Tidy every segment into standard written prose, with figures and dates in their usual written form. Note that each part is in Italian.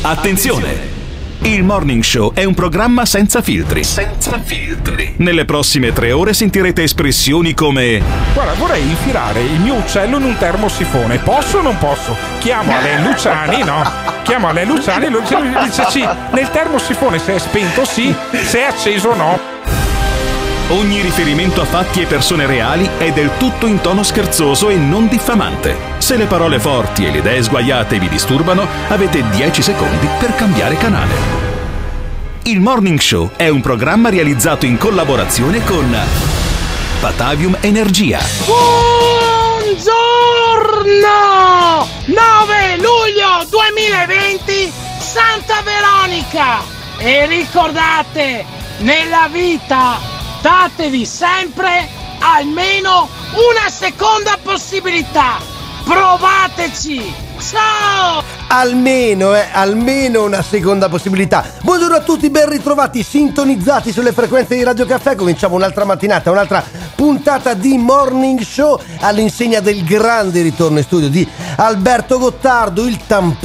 Attenzione! Il Morning Show è un programma senza filtri. Senza filtri. Nelle prossime 3 ore sentirete espressioni come: guarda, vorrei infilare il mio uccello in un termosifone. Posso o non posso? Chiamo Alain Luciani, no? Chiamo Alain Luciani, lui dice sì. Nel termosifone se è spento sì, se è acceso no. Ogni riferimento a fatti e persone reali è del tutto in tono scherzoso e non diffamante. Se le parole forti e le idee sguaiate vi disturbano, avete 10 secondi per cambiare canale. Il Morning Show è un programma realizzato in collaborazione con Batavium Energia. Buongiorno! 9 luglio 2020, Santa Veronica! E ricordate, nella vita datevi sempre almeno una seconda possibilità. Provateci. Ciao. Almeno una seconda possibilità. Buongiorno a tutti, ben ritrovati, sintonizzati sulle frequenze di Radio Caffè. Cominciamo un'altra mattinata, un'altra puntata di Morning Show all'insegna del grande ritorno in studio di Alberto Gottardo, il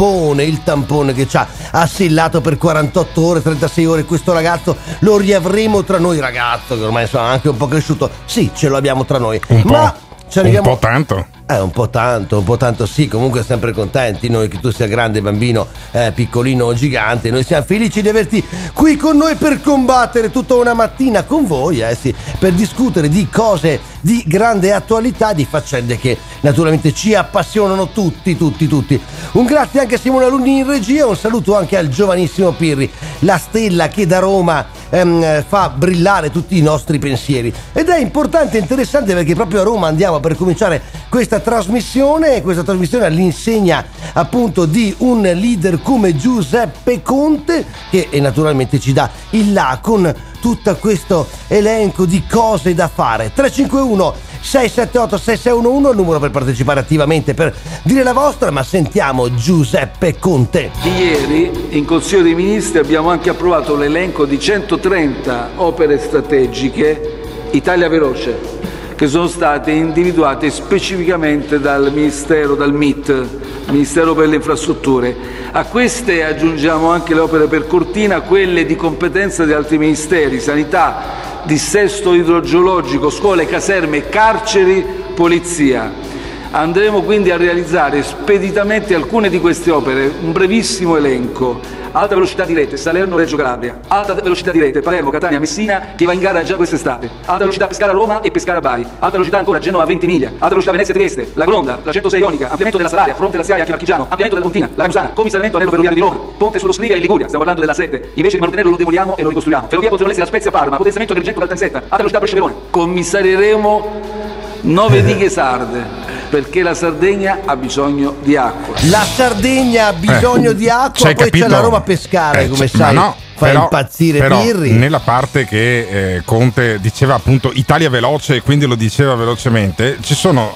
tampone che ci ha assillato per 48 ore, 36 ore. Questo ragazzo lo riavremo tra noi, ragazzo che ormai insomma anche un po' cresciuto. Sì, ce lo abbiamo tra noi. Ma ci arriviamo... Un po' tanto. Un po' tanto sì, comunque sempre contenti noi, che tu sia grande, bambino, piccolino o gigante. Noi siamo felici di averti qui con noi per combattere tutta una mattina con voi, sì, per discutere di cose di grande attualità, di faccende che naturalmente ci appassionano tutti. Un grazie anche a Simone Alunni in regia, un saluto anche al giovanissimo Pirri, la stella che da Roma fa brillare tutti i nostri pensieri. Ed è importante e interessante perché proprio a Roma andiamo per cominciare questa trasmissione all'insegna appunto di un leader come Giuseppe Conte, che naturalmente ci dà il là con tutto questo elenco di cose da fare. 351 678 6611 il numero per partecipare attivamente, per dire la vostra. Ma sentiamo Giuseppe Conte. Ieri in Consiglio dei Ministri abbiamo anche approvato l'elenco di 130 opere strategiche Italia Veloce, che sono state individuate specificamente dal Ministero, dal MIT, Ministero per le Infrastrutture. A queste aggiungiamo anche le opere per Cortina, quelle di competenza di altri ministeri: sanità, dissesto idrogeologico, scuole, caserme, carceri, polizia. Andremo quindi a realizzare speditamente alcune di queste opere, un brevissimo elenco: alta velocità di rete Salerno-Reggio Calabria, alta velocità di rete Palermo-Catania-Messina, che va in gara già quest'estate, alta velocità Pescara-Roma e Pescara-Bari, alta velocità ancora Genova-Ventimiglia, alta velocità Venezia-Trieste, la Gronda, la 106 Ionica, ampliamento della Salaria, fronte laziale anche Marchigiano, ampliamento della Pontina, la Ragusanà, commissariamento anello ferroviario di Roma, ponte sullo Sliga in Liguria, stiamo parlando della 7, invece di manutenerlo lo demoliamo e lo ricostruiamo, ferrovia Pozzolese La Spezia-Parma, potenziamento Agrigento-Caltanissetta, alta velocità Brescia-Verona. Commissarieremo 9 dighe sarde, perché la Sardegna ha bisogno di acqua. La Sardegna ha bisogno di acqua, poi capito? C'è la Roma Pescara, come sai. No, fa impazzire Pirri. Nella parte che Conte diceva appunto Italia veloce, e quindi lo diceva velocemente, ci sono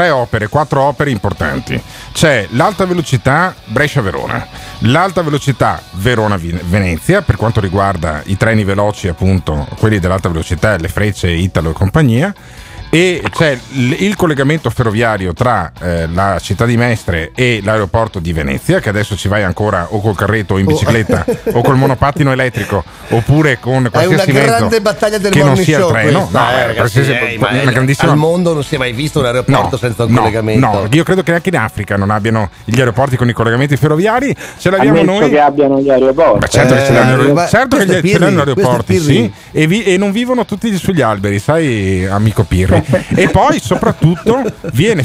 4 opere importanti. C'è l'alta velocità Brescia-Verona, l'alta velocità Verona-Venezia per quanto riguarda i treni veloci, appunto quelli dell'alta velocità, le Frecce, Italo e compagnia, e c'è il collegamento ferroviario tra la città di Mestre e l'aeroporto di Venezia, che adesso ci vai ancora o col carretto o in bicicletta o col monopattino elettrico oppure con qualsiasi mezzo. È una grande battaglia del che non morning sia show il treno. ragazzi, una grandissima... Al mondo non si è mai visto un aeroporto senza un collegamento. No, io credo che anche in Africa non abbiano gli aeroporti con i collegamenti ferroviari. Ce l'abbiamo noi. Che abbiano gli aeroporti. Beh, certo che ce l'hanno aeroporti, sì, e non vivono tutti sugli alberi, sai, amico Pirri. E poi soprattutto viene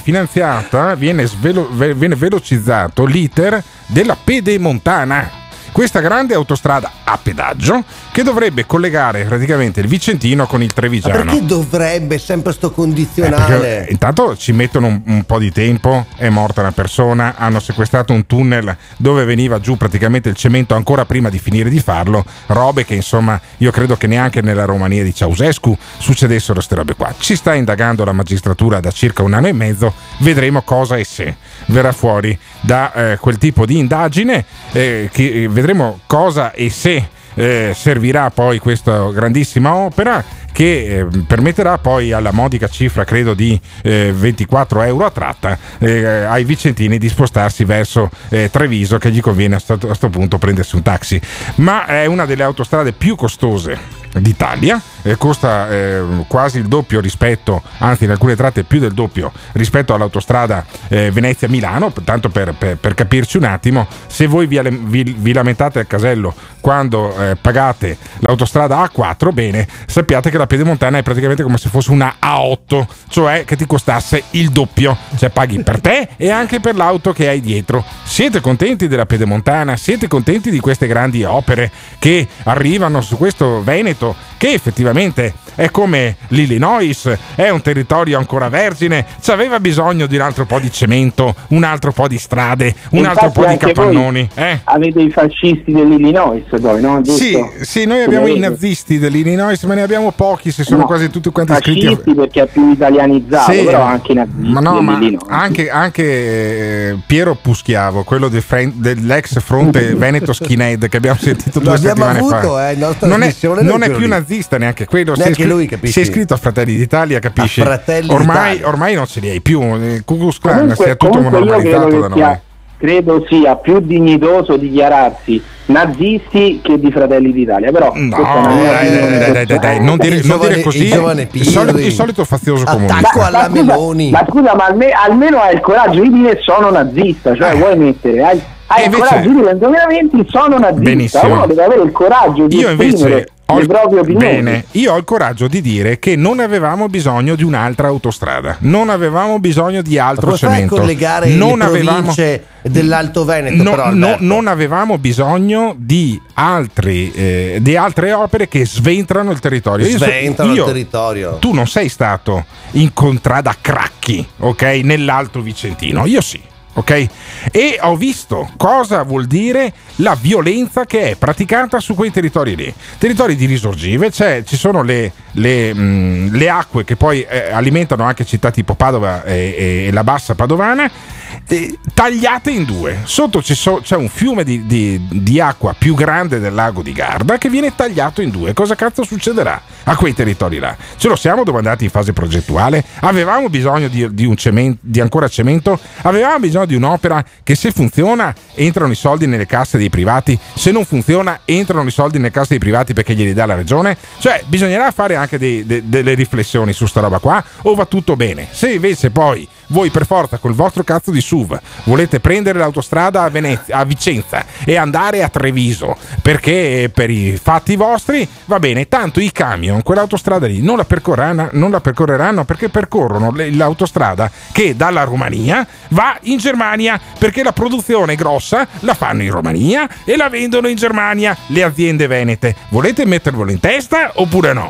velocizzato l'iter della Pedemontana, questa grande autostrada a pedaggio che dovrebbe collegare praticamente il Vicentino con il Trevigiano. Ma perché dovrebbe sempre sto condizionale? Intanto ci mettono un po' di tempo, è morta una persona, hanno sequestrato un tunnel dove veniva giù praticamente il cemento ancora prima di finire di farlo, robe che insomma io credo che neanche nella Romania di Ceausescu succedessero ste robe qua. Ci sta indagando la magistratura da circa 1 anno e mezzo, vedremo cosa e se verrà fuori da quel tipo di indagine, vedremo cosa e se servirà poi questa grandissima opera che permetterà poi alla modica cifra credo di 24 euro a tratta ai vicentini di spostarsi verso Treviso, che gli conviene a sto punto prendersi un taxi. Ma è una delle autostrade più costose d'Italia, costa quasi il doppio rispetto, anzi in alcune tratte più del doppio rispetto all'autostrada Venezia-Milano. Tanto per capirci un attimo, se voi vi lamentate al casello quando pagate l'autostrada A4, bene, sappiate che la pedemontana è praticamente come se fosse una A8, cioè che ti costasse il doppio, cioè paghi per te e anche per l'auto che hai dietro. Siete contenti della pedemontana? Siete contenti di queste grandi opere che arrivano su questo Veneto, che effettivamente è come l'Illinois, è un territorio ancora vergine, ci aveva bisogno di un altro po' di cemento, un altro po' di strade, un altro po' di capannoni. Avete i fascisti dell'Illinois poi, no? Sì, noi abbiamo i nazisti dell'Illinois, ma ne abbiamo pochi, se sono quasi tutti quanti iscritti. Fascisti perché è più italianizzato, sì, però anche i nazisti. Ma no, ma anche Piero Puschiavo, quello dell'ex fronte Veneto Skinhead che abbiamo sentito 2 settimane fa. Non è più nazista neanche quello. Lui, capisci? Si è iscritto a Fratelli d'Italia, capisci? Ormai non ce li hai più. Il Ku Klux Klan si è tutto normalizzato da noi. Credo sia più dignitoso dichiararsi nazisti che di Fratelli d'Italia, però dai, non dire così. Il solito fazioso comunista. Attacco alla Meloni. Ma scusa, ma almeno hai il coraggio di dire sono nazista, cioè vuoi mettere hai il coraggio di dire nel 2020 sono nazista. Benissimo. Uno deve avere il coraggio di esprimere le proprie opinioni. Bene, io ho il coraggio di dire che non avevamo bisogno di un'altra autostrada, non avevamo bisogno di altro cemento, collegare non le province dell'Alto Veneto, non avevamo bisogno di altre opere che sventrano il territorio. Il territorio. Tu non sei stato in contrada Cracchi, ok? Nell'Alto Vicentino, io sì. Ok? E ho visto cosa vuol dire la violenza che è praticata su quei territori lì, territori di risorgive, ci sono le acque che poi alimentano anche città tipo Padova e la bassa padovana, tagliate in due. Sotto c'è un fiume di acqua più grande del lago di Garda che viene tagliato in due. Cosa cazzo succederà a quei territori là? Ce lo siamo domandati in fase progettuale? Avevamo bisogno di ancora cemento? Avevamo bisogno di un'opera che, se funziona, entrano i soldi nelle casse dei privati, se non funziona entrano i soldi nelle casse dei privati perché glieli dà la regione? Cioè bisognerà fare anche delle riflessioni su sta roba qua, o va tutto bene? Se invece poi voi per forza col vostro cazzo di SUV volete prendere l'autostrada a Vicenza e andare a Treviso perché per i fatti vostri, va bene, tanto i camion quell'autostrada lì non la percorreranno perché percorrono l'autostrada che dalla Romania va in Germania, perché la produzione grossa la fanno in Romania e la vendono in Germania le aziende venete. Volete mettervelo in testa oppure no?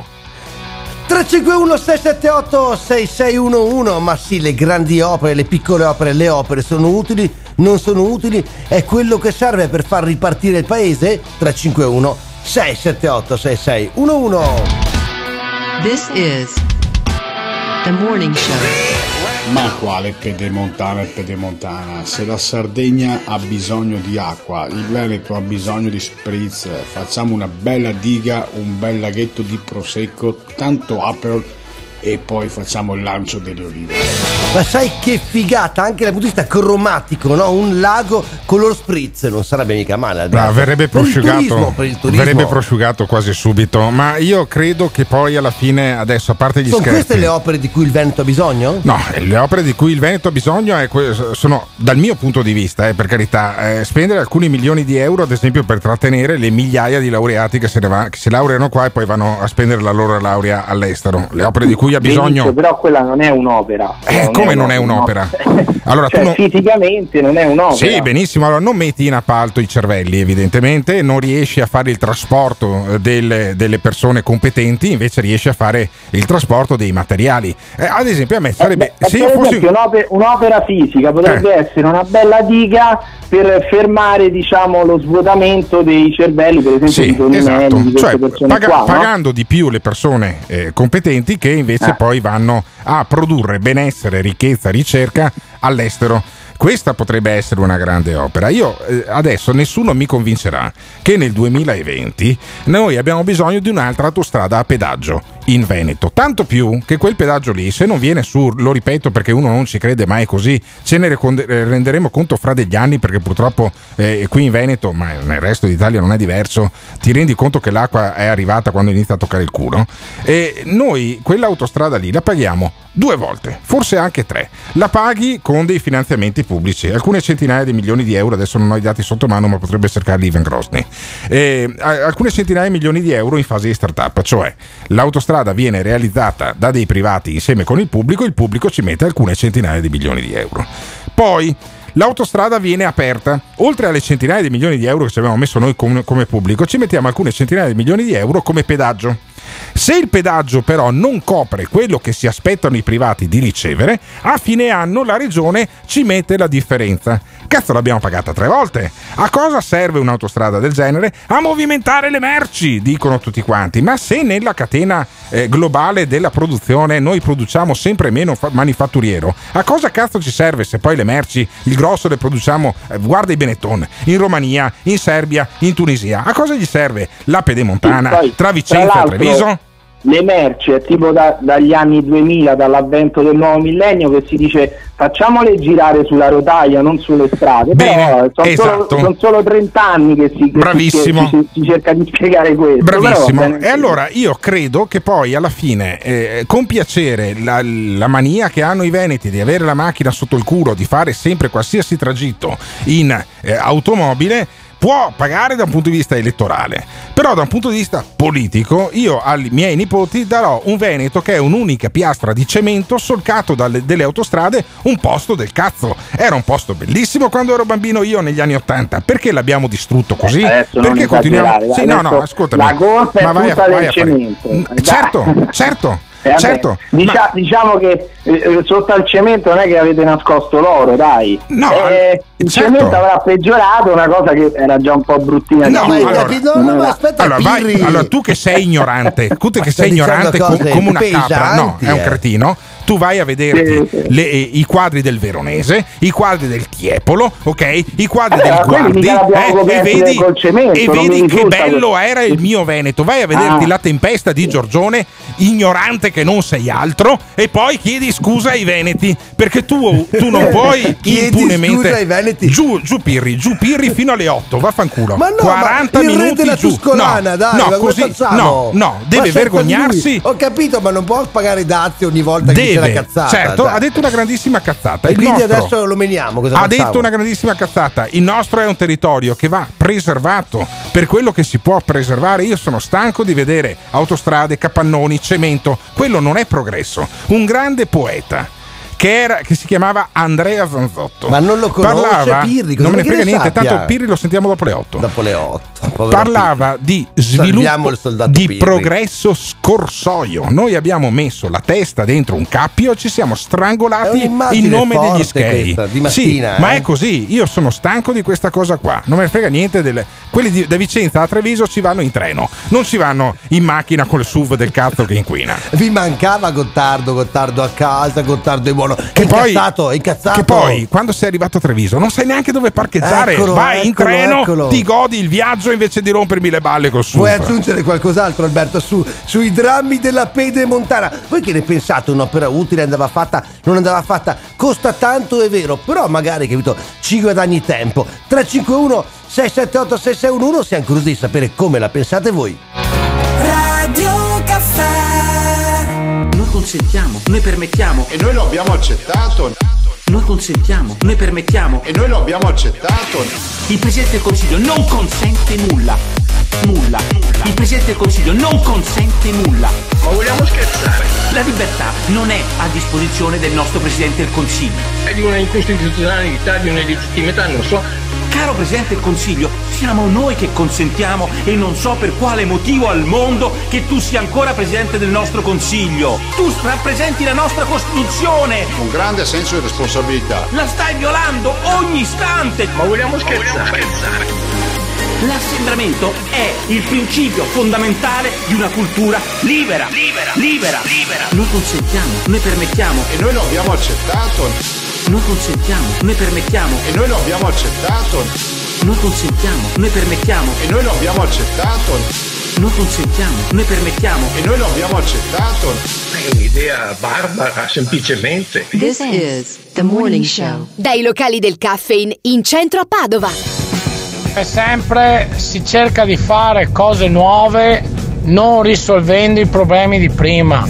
351 678 6611. Ma sì, le grandi opere, le piccole opere, le opere sono utili, non sono utili, è quello che serve per far ripartire il paese? 351 678 6611. This is the morning show. Ma quale pedemontana? Se la Sardegna ha bisogno di acqua, il Veneto ha bisogno di spritz, facciamo una bella diga, un bel laghetto di prosecco, tanto Aperol e poi facciamo il lancio delle olive. Ma sai che figata, anche dal punto di vista cromatico, no? Un lago color spritz, non sarebbe mica male. Verrebbe prosciugato quasi subito, ma io credo che poi alla fine, adesso, a parte gli scherzi, sono queste le opere di cui il Veneto ha bisogno? No, le opere di cui il Veneto ha bisogno sono, dal mio punto di vista, per carità, spendere alcuni milioni di euro, ad esempio, per trattenere le migliaia di laureati che si laureano qua e poi vanno a spendere la loro laurea all'estero. Le opere di cui ha bisogno. Però quella non è un'opera. Come non è un'opera? Allora, cioè, fisicamente non è un'opera. Sì, benissimo. Allora, non metti in appalto i cervelli, evidentemente, non riesci a fare il trasporto delle persone competenti, invece riesci a fare il trasporto dei materiali. Ad esempio, a me sarebbe. Un'opera fisica potrebbe essere una bella diga per fermare, diciamo, lo svuotamento dei cervelli, per esempio, di queste persone qua, pagando di più le persone competenti che invece poi vanno a produrre benessere, ricchezza, ricerca all'estero. Questa potrebbe essere una grande opera. Io adesso nessuno mi convincerà che nel 2020 noi abbiamo bisogno di un'altra autostrada a pedaggio. in Veneto, tanto più che quel pedaggio lì, se non viene su, lo ripeto perché uno non ci crede mai così, ce ne renderemo conto fra degli anni, perché purtroppo qui in Veneto, ma nel resto d'Italia non è diverso, ti rendi conto che l'acqua è arrivata quando inizia a toccare il culo, e noi quell'autostrada lì la paghiamo 2 volte, forse anche 3. La paghi con dei finanziamenti pubblici, alcune centinaia di milioni di euro, adesso non ho i dati sotto mano ma potrebbe cercarli Ivan Grosny, alcune centinaia di milioni di euro in fase di startup, cioè l'autostrada viene realizzata da dei privati insieme con il pubblico ci mette alcune centinaia di milioni di euro. Poi l'autostrada viene aperta, oltre alle centinaia di milioni di euro che ci abbiamo messo noi come pubblico, ci mettiamo alcune centinaia di milioni di euro come pedaggio. Se il pedaggio però non copre quello che si aspettano i privati di ricevere, a fine anno la regione ci mette la differenza. Cazzo, l'abbiamo pagata 3 volte. A cosa serve un'autostrada del genere? A movimentare le merci, dicono tutti quanti. Ma se nella catena globale della produzione noi produciamo sempre meno manifatturiero, a cosa cazzo ci serve se poi le merci, il grosso le produciamo, guarda i Benetton, in Romania, in Serbia, in Tunisia? A cosa gli serve la pedemontana tra Vicenza e Treviso? Le merci è tipo dagli anni 2000, dall'avvento del nuovo millennio, che si dice facciamole girare sulla rotaia, non sulle strade. Bene, però sono solo 30 anni che si cerca di spiegare questo. Bravissimo. E allora io credo che poi alla fine compiacere la mania che hanno i veneti di avere la macchina sotto il culo, di fare sempre qualsiasi tragitto in automobile, può pagare da un punto di vista elettorale, però da un punto di vista politico io ai miei nipoti darò un Veneto che è un'unica piastra di cemento solcato delle autostrade, un posto del cazzo. Era un posto bellissimo quando ero bambino io negli anni '80, perché l'abbiamo distrutto così? Perché continuiamo? Sì, no, ascoltami. La colpa è tutta del cemento. Certo. Certo, diciamo che sotto al cemento non è che avete nascosto l'oro, dai. No, il cemento avrà peggiorato una cosa che era già un po' bruttina. Aspetta, allora tu che sei ignorante, come una capra, no, è un cretino. Tu vai a vederti i quadri del Veronese, i quadri del Tiepolo, ok? I quadri del Guardi, e vedi che bello era il mio Veneto. Vai a vederti La Tempesta di Giorgione, ignorante che non sei altro, e poi chiedi scusa ai veneti, perché tu non puoi impunemente. Scusa ai veneti. Giù Pirri fino alle 8, vaffanculo. Ma no, 40 ma il minuti re della giù. Tuscolana, dai, no, così, no, deve vergognarsi. Ho capito, ma non può pagare dazi ogni volta che dice la cazzata. Certo, ha detto una grandissima cazzata. E quindi adesso lo meniamo. Ha detto una grandissima cazzata. Il nostro è un territorio che va preservato per quello che si può preservare. Io sono stanco di vedere autostrade, capannoni, cemento. Quello non è progresso. Un grande poeta che si chiamava Andrea Zanzotto. Ma non lo conosce Pirri? Non me ne frega niente, tanto Pirri lo sentiamo dopo le 8. Dopo le 8. Parlava di sviluppo, di progresso scorsoio. Noi abbiamo messo la testa dentro un cappio e ci siamo strangolati in nome degli schei. Di mattina, sì, ma è così. Io sono stanco di questa cosa qua. Non me ne frega niente quelli da Vicenza a Treviso ci vanno in treno, non ci vanno in macchina col SUV del cazzo che inquina. Vi mancava Gottardo a casa, Gottardo è buono. Incazzato. Che poi quando sei arrivato a Treviso non sai neanche dove parcheggiare. Vai in treno, ti godi il viaggio invece di rompermi le balle col SUV. Vuoi aggiungere qualcos'altro, Alberto, sui drammi della pedemontana? Voi che ne pensate? Un'opera utile andava fatta, non andava fatta, costa tanto, è vero, però magari, capito, ci guadagni tempo. 351 678 6611, siamo curiosi di sapere come la pensate voi. Radio Caffè. Noi consentiamo, noi permettiamo e noi lo abbiamo accettato. Noi consentiamo, noi permettiamo e noi lo abbiamo accettato. Il Presidente del Consiglio non consente nulla. Il Presidente del Consiglio non consente nulla. Ma vogliamo scherzare? La libertà non è a disposizione del nostro Presidente del Consiglio. È di una incostituzionalità, di una illegittimità, non so. Caro Presidente del Consiglio, siamo noi che consentiamo e non so per quale motivo al mondo che tu sia ancora Presidente del nostro Consiglio. Tu rappresenti la nostra Costituzione. Un grande senso di responsabilità. La stai violando ogni istante. Ma vogliamo scherzare? L'assembramento è il principio fondamentale di una cultura libera. Noi consentiamo, noi permettiamo e noi lo abbiamo accettato. Noi consentiamo, noi permettiamo e noi lo abbiamo accettato. Noi consentiamo, noi permettiamo e noi lo abbiamo accettato. noi consentiamo, noi permettiamo. E noi lo abbiamo accettato. È un'idea barbara, semplicemente. This is The Morning Show. Dai locali del Caffeine in centro a Padova. E sempre si cerca di fare cose nuove, non risolvendo i problemi di prima.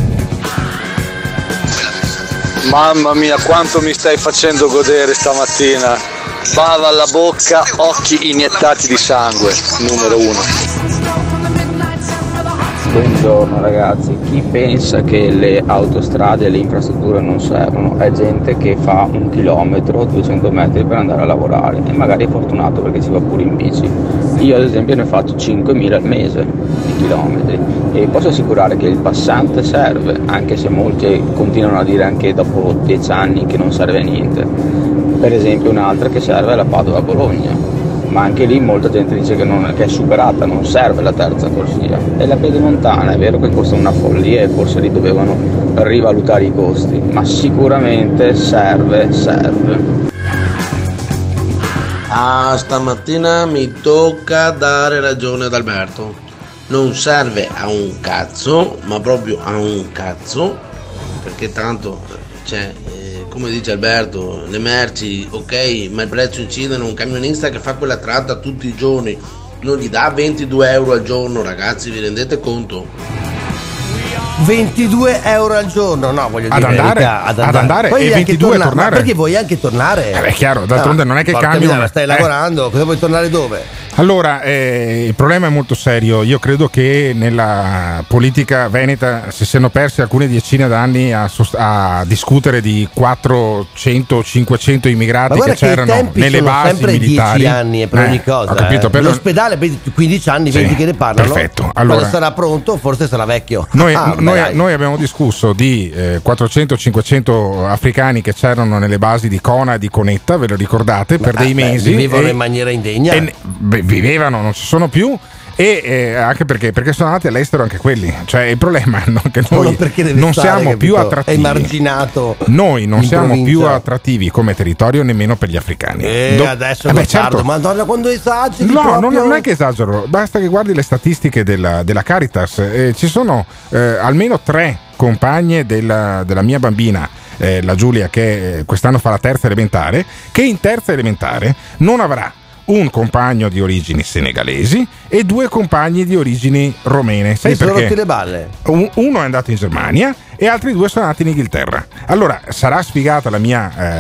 Mamma mia, quanto mi stai facendo godere stamattina. Bava alla bocca, occhi iniettati di sangue. Numero 1. Buongiorno ragazzi, chi pensa che le autostrade e le infrastrutture non servono è gente che fa 1 chilometro, 200 metri per andare a lavorare e magari è fortunato perché si va pure in bici. Io ad esempio ne faccio 5.000 al mese di chilometri e posso assicurare che il passante serve, anche se molti continuano a dire anche dopo 10 anni che non serve a niente. Per esempio un'altra che serve è la Padova-Bologna. Ma anche lì molta gente dice che è superata, non serve la terza corsia. E la pedemontana è vero che costa una follia e forse lì dovevano rivalutare i costi, ma sicuramente serve. Stamattina mi tocca dare ragione ad Alberto. Non serve a un cazzo, ma proprio a un cazzo, perché tanto come dice Alberto, le merci, ok, ma il prezzo incide. Un camionista che fa quella tratta tutti i giorni non gli dà 22 euro al giorno, ragazzi, vi rendete conto? 22 euro al giorno, no, voglio ad dire ad andare poi e 22 a tornare. Ma perché vuoi anche tornare? È chiaro, d'altronde non è che cambia. Stai lavorando, cosa vuoi tornare dove? Allora, il problema è molto serio. Io credo che nella politica veneta si siano persi alcune decine d'anni a discutere di 400-500 immigrati che c'erano nelle basi sempre militari. 10 anni per ogni cosa. Ho capito, per l'ospedale 15 anni, 20 che ne parlano. Perfetto. Allora, quando sarà pronto, forse sarà vecchio. Noi abbiamo discusso di 400-500 africani che c'erano nelle basi di Cona e di Conetta, ve lo ricordate, per dei mesi. Vivevano in maniera indegna. Vivevano, non ci sono più. E anche perché sono andati all'estero anche quelli. Cioè il problema è che noi non siamo più attrattivi. È emarginato. Noi non siamo più attrattivi come territorio nemmeno per gli africani. Adesso certo. Madonna, quando esageri. No, non è che esagero. Basta che guardi le statistiche della Caritas. Ci sono almeno 3 compagne della mia bambina, la Giulia, che quest'anno fa la terza elementare, che in terza elementare non avrà un compagno di origini senegalesi e 2 compagni di origini romene. Sai perché? Sono rotti le balle. Uno è andato in Germania e altri 2 sono andati in Inghilterra. Allora sarà sfigata la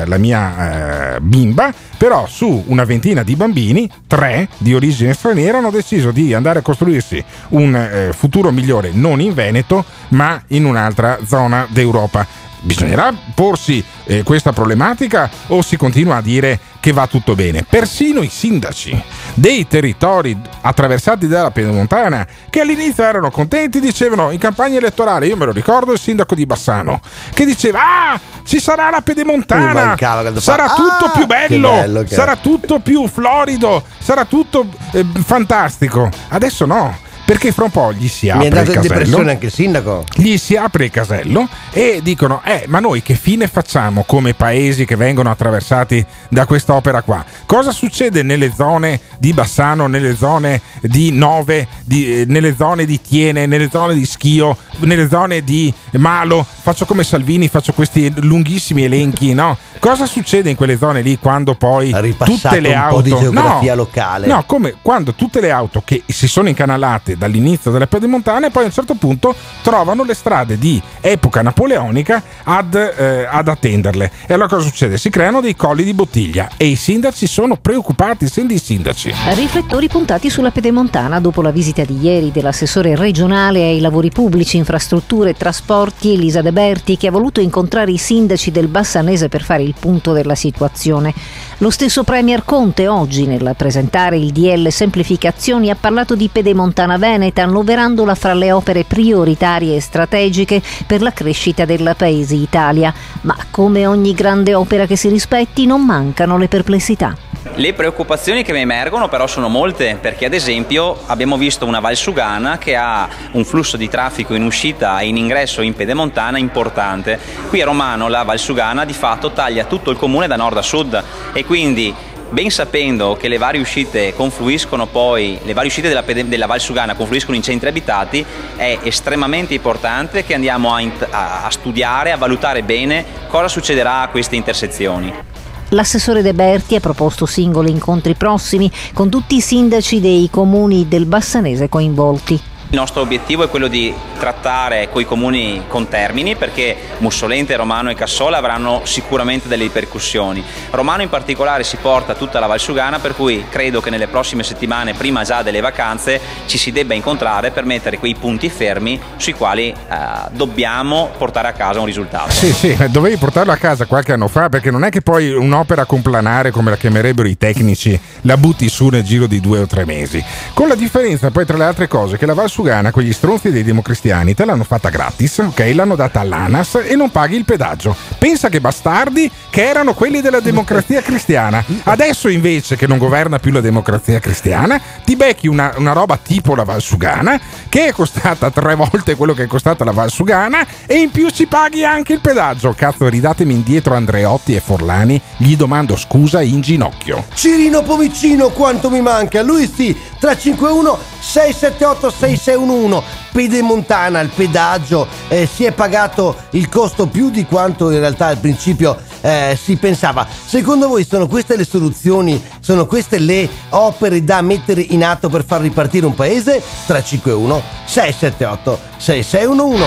mia bimba, però su una ventina di bambini 3 di origine straniera hanno deciso di andare a costruirsi un futuro migliore non in Veneto ma in un'altra zona d'Europa. Bisognerà porsi questa problematica o si continua a dire che va tutto bene? Persino i sindaci dei territori attraversati dalla pedemontana, che all'inizio erano contenti, dicevano in campagna elettorale, io me lo ricordo, il sindaco di Bassano che diceva ci sarà la pedemontana, sarà tutto più bello, sarà tutto più florido, sarà tutto fantastico. Adesso no, perché fra un po' gli si apre il casello. Mi è dato in depressione anche il sindaco. Gli si apre il casello e dicono ma noi che fine facciamo come paesi che vengono attraversati da questa opera qua? Cosa succede nelle zone di Bassano, nelle zone di Nove, nelle zone di Tiene, nelle zone di Schio, nelle zone di Malo? Faccio come Salvini, faccio questi lunghissimi elenchi, no? Cosa succede in quelle zone lì quando poi tutte le auto, un po' di geografia locale. No, come quando tutte le auto che si sono incanalate dall'inizio della pedemontana e poi a un certo punto trovano le strade di epoca napoleonica ad attenderle. E allora cosa succede? Si creano dei colli di bottiglia e i sindaci sono preoccupati, senti i sindaci. Riflettori puntati sulla pedemontana dopo la visita di ieri dell'assessore regionale ai lavori pubblici, infrastrutture e trasporti Elisa De Berti, che ha voluto incontrare i sindaci del Bassanese per fare il punto della situazione. Lo stesso Premier Conte oggi, nel presentare il DL Semplificazioni, ha parlato di pedemontana veneta, annoverandola fra le opere prioritarie e strategiche per la crescita del paese Italia. Ma come ogni grande opera che si rispetti, non mancano le perplessità. Le preoccupazioni che mi emergono però sono molte, perché ad esempio abbiamo visto una Valsugana che ha un flusso di traffico in uscita e in ingresso in pedemontana importante. Qui a Romano la Valsugana di fatto taglia tutto il comune da nord a sud e quindi ben sapendo che le varie uscite confluiscono poi, le varie uscite della Val Sugana confluiscono in centri abitati, è estremamente importante che andiamo a studiare, a valutare bene cosa succederà a queste intersezioni. L'assessore De Berti ha proposto singoli incontri prossimi con tutti i sindaci dei comuni del Bassanese coinvolti. Il nostro obiettivo è quello di trattare coi comuni contermini, perché Mussolente, Romano e Cassola avranno sicuramente delle ripercussioni. Romano in particolare si porta tutta la Val Sugana, per cui credo che nelle prossime settimane, prima già delle vacanze, ci si debba incontrare per mettere quei punti fermi sui quali dobbiamo portare a casa un risultato. Sì, dovevi portarlo a casa qualche anno fa, perché non è che poi un'opera complanare, come la chiamerebbero i tecnici, la butti su nel giro di 2 o 3 mesi. Con la differenza poi, tra le altre cose, che la Val Sugana, quegli stronzi dei democristiani, te l'hanno fatta gratis, ok? L'hanno data all'ANAS e non paghi il pedaggio. Pensa che bastardi che erano quelli della democrazia cristiana. Adesso invece che non governa più la democrazia cristiana, ti becchi una roba tipo la Val Sugana, che è costata 3 volte quello che è costata la Val Sugana, e in più ci paghi anche il pedaggio. Cazzo, ridatemi indietro Andreotti e Forlani, gli domando scusa in ginocchio. Cirino Pomicino, quanto mi manca. Lui sì, 351 678 6611. Pedemontana, il pedaggio, si è pagato il costo più di quanto in realtà al principio si pensava. Secondo voi sono queste le soluzioni, sono queste le opere da mettere in atto per far ripartire un paese? 351 678 6611.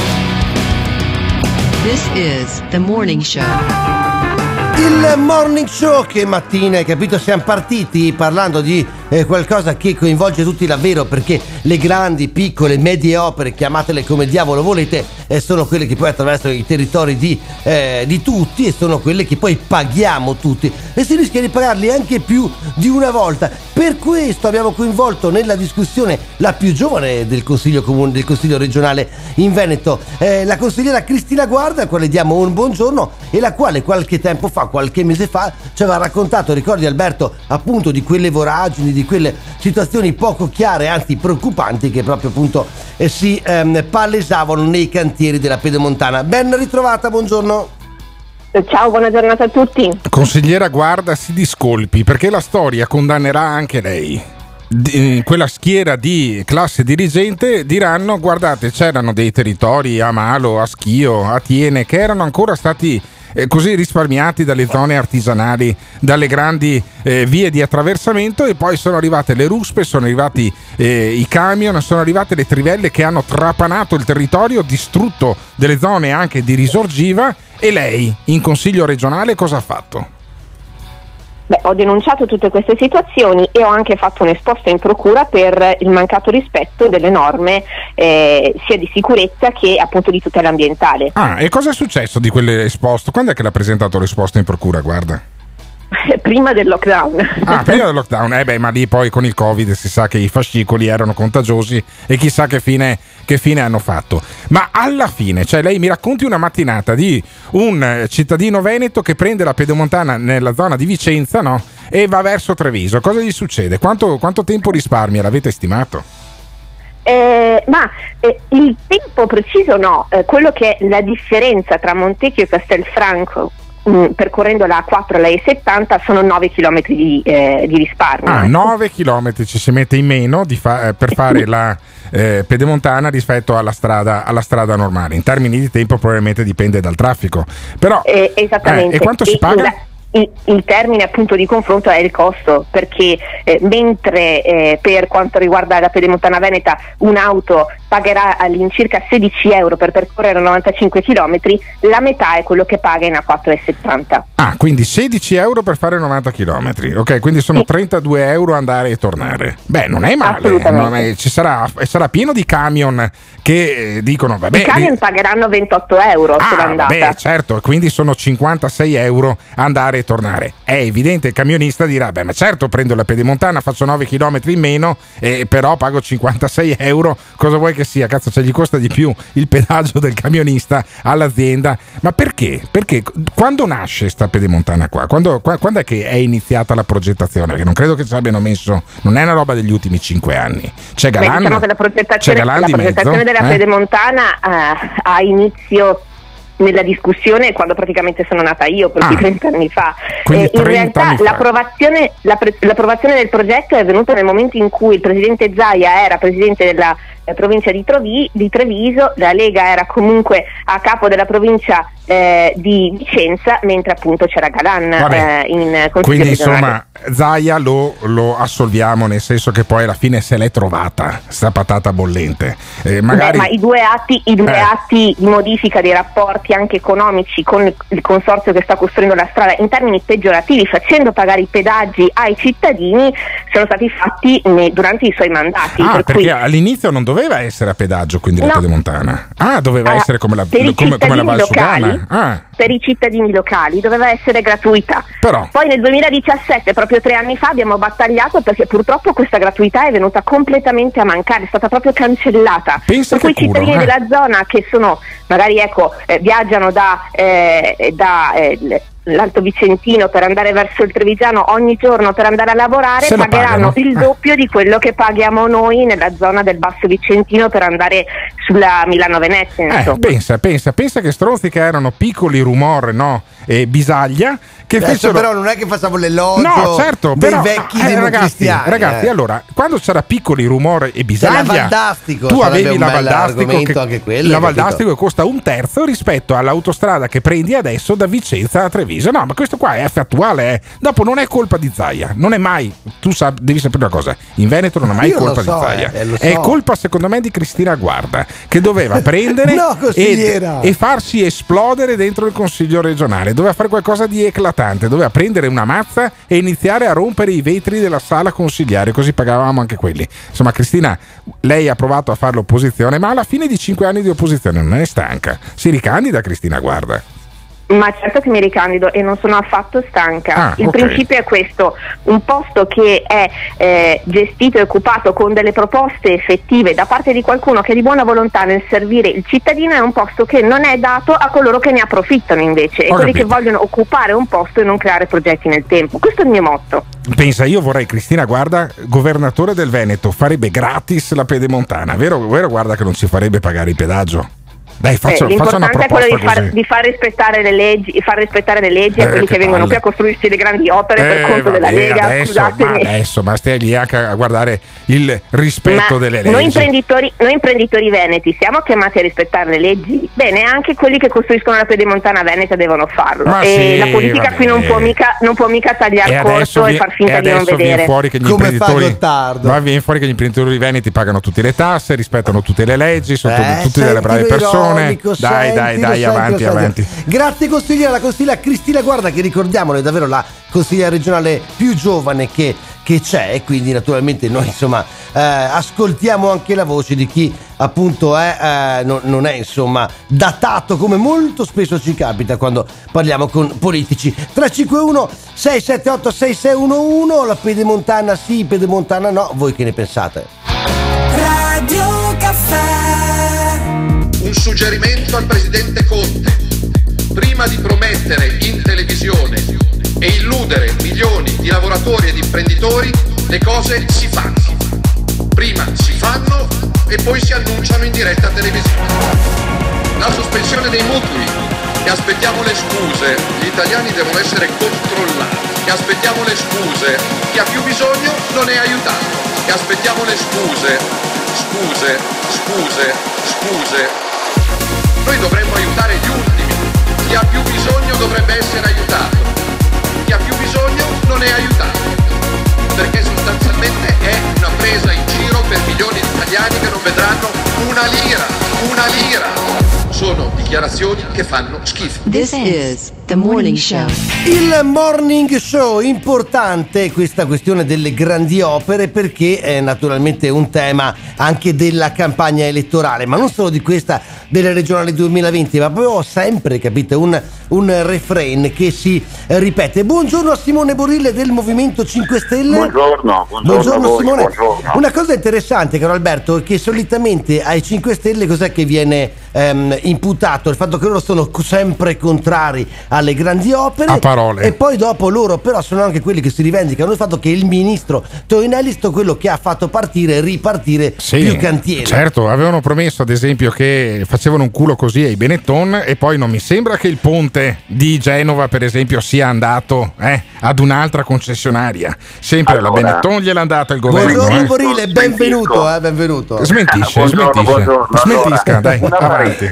This is the morning show. Il morning show, che mattina, hai capito, siamo partiti parlando di qualcosa che coinvolge tutti davvero, perché le grandi, piccole, medie opere, chiamatele come diavolo volete, sono quelle che poi attraversano i territori di tutti, e sono quelle che poi paghiamo tutti, e si rischia di pagarli anche più di una volta. Per questo abbiamo coinvolto nella discussione la più giovane del Consiglio Comune, del Consiglio regionale in Veneto, la consigliera Cristina Guarda, a quale diamo un buongiorno, e la quale qualche mese fa ci aveva raccontato, ricordi Alberto, appunto di quelle voragini, di quelle situazioni poco chiare, anzi preoccupanti, che proprio appunto si palesavano nei cantieri della Pedemontana. Ben ritrovata, buongiorno. Ciao, buona giornata a tutti. Consigliera Guarda, si discolpi, perché la storia condannerà anche lei. Quella schiera di classe dirigente diranno: guardate, c'erano dei territori a Malo, a Schio, a Tiene, che erano ancora stati così risparmiati dalle zone artigianali, dalle grandi vie di attraversamento, e poi sono arrivate le ruspe, sono arrivati i camion, sono arrivate le trivelle che hanno trapanato il territorio, distrutto delle zone anche di risorgiva. E lei in Consiglio regionale cosa ha fatto? Ho denunciato tutte queste situazioni e ho anche fatto un esposto in procura per il mancato rispetto delle norme sia di sicurezza che appunto di tutela ambientale. Ah, e cosa è successo di quell'esposto? Quando è che l'ha presentato l'esposto in procura, Guarda? Prima del lockdown. Ah, prima del lockdown, ma lì poi con il Covid si sa che i fascicoli erano contagiosi e chissà che fine hanno fatto. Ma alla fine, cioè, lei mi racconti una mattinata di un cittadino veneto che prende la Pedemontana nella zona di Vicenza, no? E va verso Treviso. Cosa gli succede? Quanto tempo risparmia? L'avete stimato? Il tempo preciso no, quello che è la differenza tra Montecchio e Castelfranco, percorrendo la A4 e la E70, sono 9 km di risparmio. 9 km ci si mette in meno per fare la Pedemontana rispetto alla strada normale. In termini di tempo probabilmente dipende dal traffico, però esattamente. E quanto si paga? Il termine appunto di confronto è il costo, perché mentre per quanto riguarda la Pedemontana Veneta un'auto pagherà all'incirca 16 euro per percorrere 95 km, la metà è quello che paga in A4 e 70. Ah, quindi 16 euro per fare 90 km, ok, quindi sono 32 euro andare e tornare. Beh, non è male, sarà pieno di camion che dicono vabbè. I camion pagheranno 28 euro sull'andata. Beh, certo, quindi sono 56 euro andare e tornare. È evidente, il camionista dirà: beh, ma certo, prendo la Pedemontana, faccio 9 km in meno, però pago 56 euro, cosa vuoi che sia? Cazzo, gli costa di più il pedaggio del camionista all'azienda. Ma perché? Perché quando nasce sta Pedemontana qua? Quando è che è iniziata la progettazione? Perché non credo che ci abbiano messo, non è una roba degli ultimi 5 anni. C'è Galan, diciamo che la progettazione della Pedemontana ha inizio nella discussione quando praticamente sono nata io, per 30 anni fa. Quindi In 30 realtà anni fa. l'approvazione del progetto è avvenuta nel momento in cui il presidente Zaia era presidente della provincia di Treviso, la Lega era comunque a capo della provincia di Vicenza, mentre appunto c'era Galan in consiglio Quindi regionale. insomma Zaia lo assolviamo, nel senso che poi alla fine se l'è trovata sta patata bollente. Magari... Ma i due atti di modifica dei rapporti anche economici con il consorzio che sta costruendo la strada in termini peggiorativi, facendo pagare i pedaggi ai cittadini, sono stati fatti durante i suoi mandati. Perché all'inizio non doveva essere a pedaggio, quindi la pedemontana. Doveva essere come la Valsugana. Per i cittadini locali doveva essere gratuita. Però. Poi nel 2017, proprio 3 anni fa, abbiamo battagliato perché purtroppo questa gratuità è venuta completamente a mancare, è stata proprio cancellata. Pensa per cui i cittadini della zona che sono magari viaggiano da l'Alto Vicentino per andare verso il Trevigiano ogni giorno per andare a lavorare, pagheranno il doppio di quello che paghiamo noi nella zona del Basso Vicentino per andare sulla Milano-Venezia. Pensa che stronzi che erano piccoli Rumor, no? E Bisaglia che fecero... però non è che facciamo l'elogio dei vecchi democristiani. Ragazzi, allora quando c'era piccoli Rumor e Bisaglia, tu avevi la Valdastico che costa 1/3 rispetto all'autostrada che prendi adesso da Vicenza a Treviso. No, ma questo qua è fattuale. Dopo non è colpa di Zaia, non è mai. Devi sapere una cosa: in Veneto non è mai colpa di Zaia. È colpa secondo me di Cristina Guarda, che doveva prendere e farsi esplodere dentro il Consiglio regionale. Doveva fare qualcosa di eclatante, doveva prendere una mazza e iniziare a rompere i vetri della sala consigliare, così pagavamo anche quelli. Insomma, Cristina, lei ha provato a fare l'opposizione, ma alla fine di 5 anni di opposizione non è stanca. Si ricandida Cristina Guarda. Ma certo che mi ricandido e non sono affatto stanca. Il principio è questo: un posto che è gestito e occupato con delle proposte effettive da parte di qualcuno che è di buona volontà nel servire il cittadino è un posto che non è dato a coloro che ne approfittano invece, e quelli che vogliono occupare un posto e non creare progetti nel tempo. Questo è il mio motto. Pensa, io vorrei Cristina Guarda governatore del Veneto, farebbe gratis la pedemontana, vero Guarda che non ci farebbe pagare il pedaggio? Dai, l'importante è quello di far rispettare le leggi, a quelli che vengono qui a costruirsi le grandi opere per conto della Lega. Ma stai lì anche a guardare il rispetto delle leggi. Noi imprenditori veneti siamo chiamati a rispettare le leggi. Bene, anche quelli che costruiscono la pedemontana veneta devono farlo. La politica qui non può mica tagliare corto e far finta di non vedere. Viene fuori che gli imprenditori veneti pagano tutte le tasse, rispettano tutte le leggi, sono tutte delle brave persone. Dai, avanti. Grazie consigliera, la consigliera Cristina Guarda, che ricordiamolo è davvero la consigliera regionale più giovane che c'è, e quindi naturalmente noi insomma ascoltiamo anche la voce di chi appunto non è insomma datato, come molto spesso ci capita quando parliamo con politici. 351 678 6611, la pedemontana sì, pedemontana no, voi che ne pensate? Radio Caffè. Un suggerimento al presidente Conte: prima di promettere in televisione e illudere milioni di lavoratori e di imprenditori, le cose si fanno. Prima si fanno e poi si annunciano in diretta televisiva. La sospensione dei mutui, che aspettiamo le scuse, gli italiani devono essere controllati, che aspettiamo le scuse, chi ha più bisogno non è aiutato, che aspettiamo le scuse. Noi dovremmo aiutare gli ultimi, chi ha più bisogno dovrebbe essere aiutato, chi ha più bisogno non è aiutato, perché sostanzialmente è una presa in giro per milioni di italiani che non vedranno una lira. Sono dichiarazioni che fanno schifo. This is the Morning Show. Il Morning Show, importante questa questione delle grandi opere, perché è naturalmente un tema anche della campagna elettorale, ma non solo di questa delle regionali 2020, ma proprio sempre, capite, un refrain che si ripete. Buongiorno a Simone Borille del Movimento 5 Stelle. Buongiorno Simone. Buongiorno. Una cosa interessante, caro Alberto, è che solitamente ai 5 Stelle cos'è che viene imputato? Il fatto che loro sono sempre contrari alle grandi opere, a parole. E poi dopo loro però sono anche quelli che si rivendicano il fatto che il ministro Toninelli è stato quello che ha fatto partire e ripartire più cantieri. Certo, avevano promesso ad esempio che facevano un culo così ai Benetton, e poi non mi sembra che il ponte di Genova per esempio sia andato ad un'altra concessionaria, sempre la Benetton gliel'ha andata il governo. Buongiorno Borile, benvenuto, benvenuto. Smentisca, dai, avanti.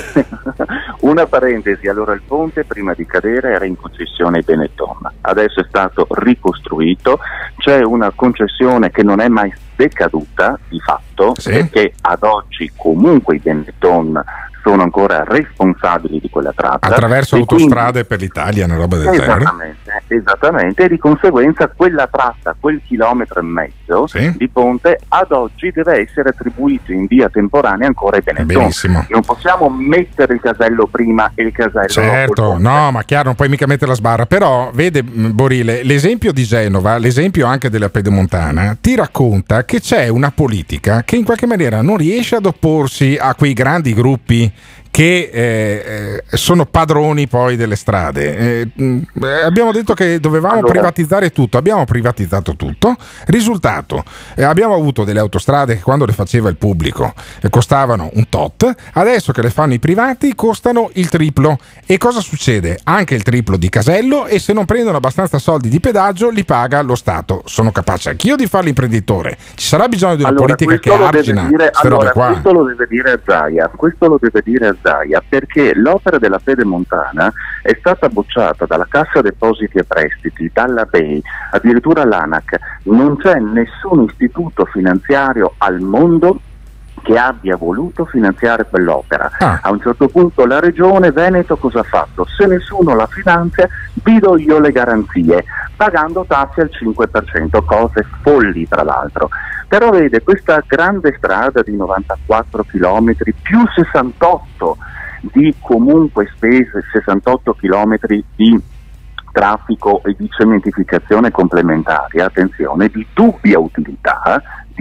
Una parentesi, allora il ponte prima di cadere era in concessione ai Benetton, adesso è stato ricostruito, c'è una concessione che non è mai decaduta di fatto, perché ad oggi comunque i Benetton sono ancora responsabili di quella tratta attraverso autostrade per l'Italia, una roba del genere. Esattamente, e di conseguenza quella tratta, quel chilometro e mezzo di ponte ad oggi deve essere attribuito in via temporanea ancora ai Benetton. Benissimo. Non possiamo mettere il casello prima e il casello dopo. No, ma chiaro, non puoi mica mettere la sbarra. Però vede Borile, l'esempio di Genova, l'esempio anche della Pedemontana ti racconta che c'è una politica che in qualche maniera non riesce ad opporsi a quei grandi gruppi che sono padroni poi delle strade. Abbiamo detto che dovevamo privatizzare tutto, abbiamo privatizzato tutto. Risultato, abbiamo avuto delle autostrade che quando le faceva il pubblico costavano un tot, adesso che le fanno i privati costano il triplo. E cosa succede? Anche il triplo di casello, e se non prendono abbastanza soldi di pedaggio li paga lo Stato. Sono capace anch'io di fare l'imprenditore, ci sarà bisogno di una politica che argina queste robe qua. Questo lo deve dire Zaia, perché l'opera della Pedemontana è stata bocciata dalla Cassa Depositi e Prestiti, dalla BEI, addirittura l'ANAC. Non c'è nessun istituto finanziario al mondo che abbia voluto finanziare quell'opera. A un certo punto la Regione Veneto cosa ha fatto? Se nessuno la finanzia, vi do io le garanzie, pagando tasse al 5%, cose folli tra l'altro. Però vede, questa grande strada di 94 km più 68 di comunque spese, 68 km di traffico e di cementificazione complementaria, attenzione, di dubbia utilità,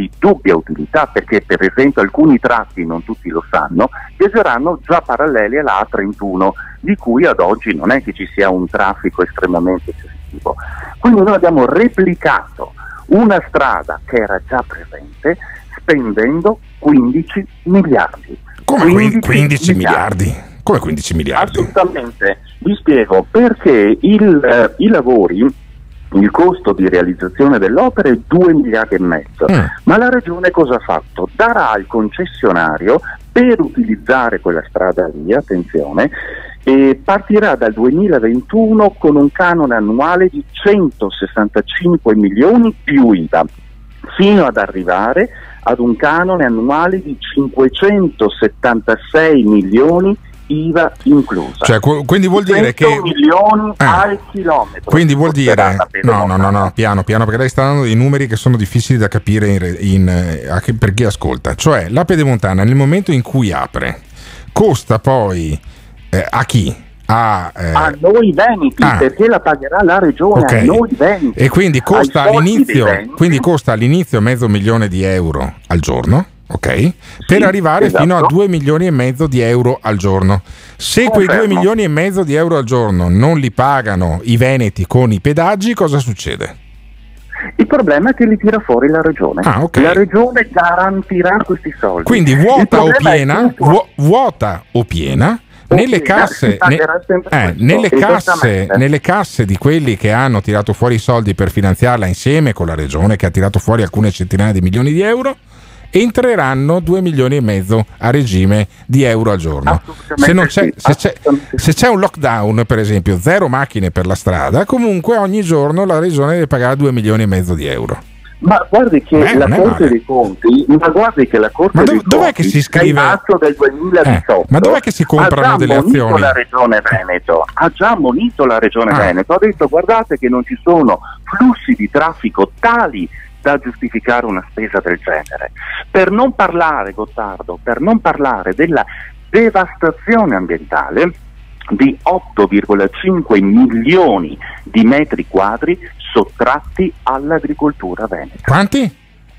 perché per esempio alcuni tratti, non tutti lo sanno, viaggeranno già paralleli alla A31, di cui ad oggi non è che ci sia un traffico estremamente eccessivo. Quindi noi abbiamo replicato una strada che era già presente spendendo 15 miliardi. Come 15 miliardi? Come 15 miliardi? Assolutamente, vi spiego perché i lavori, il costo di realizzazione dell'opera è 2 miliardi e mezzo, ma la Regione cosa ha fatto? Darà al concessionario per utilizzare quella strada lì, attenzione, e partirà dal 2021 con un canone annuale di 165 milioni più IVA, fino ad arrivare ad un canone annuale di 576 milioni IVA inclusa. Cioè, quindi vuol dire che milioni al chilometro. Quindi vuol dire no, piano, perché lei sta dando dei numeri che sono difficili da capire per chi ascolta. Cioè, la Pedemontana nel momento in cui apre costa poi a chi? A noi veneti, perché la pagherà la Regione, a noi veneti. E quindi costa all'inizio €500.000 di euro al giorno, ok? Per arrivare fino a 2 milioni e mezzo di euro al giorno. Se quei 2 milioni e mezzo di euro al giorno non li pagano i veneti con i pedaggi, cosa succede? Il problema è che li tira fuori la Regione. La Regione garantirà questi soldi. Quindi vuota o piena, nelle casse, nelle casse di quelli che hanno tirato fuori i soldi per finanziarla insieme con la Regione, che ha tirato fuori alcune centinaia di milioni di euro, entreranno 2 milioni e mezzo a regime di euro al giorno. Se c'è un lockdown, per esempio, 0 macchine per la strada, comunque ogni giorno la Regione deve pagare 2 milioni e mezzo di euro. Ma guardi che la Corte dei Conti, dov'è che si scrive? Nel marzo del 2018, ma dov'è che si comprano delle azioni? La Regione Veneto ha già monito la Regione Veneto, ha detto guardate che non ci sono flussi di traffico tali da giustificare una spesa del genere. Per non parlare, Gottardo, della devastazione ambientale di 8,5 milioni di metri quadri sottratti all'agricoltura veneta. Quanti?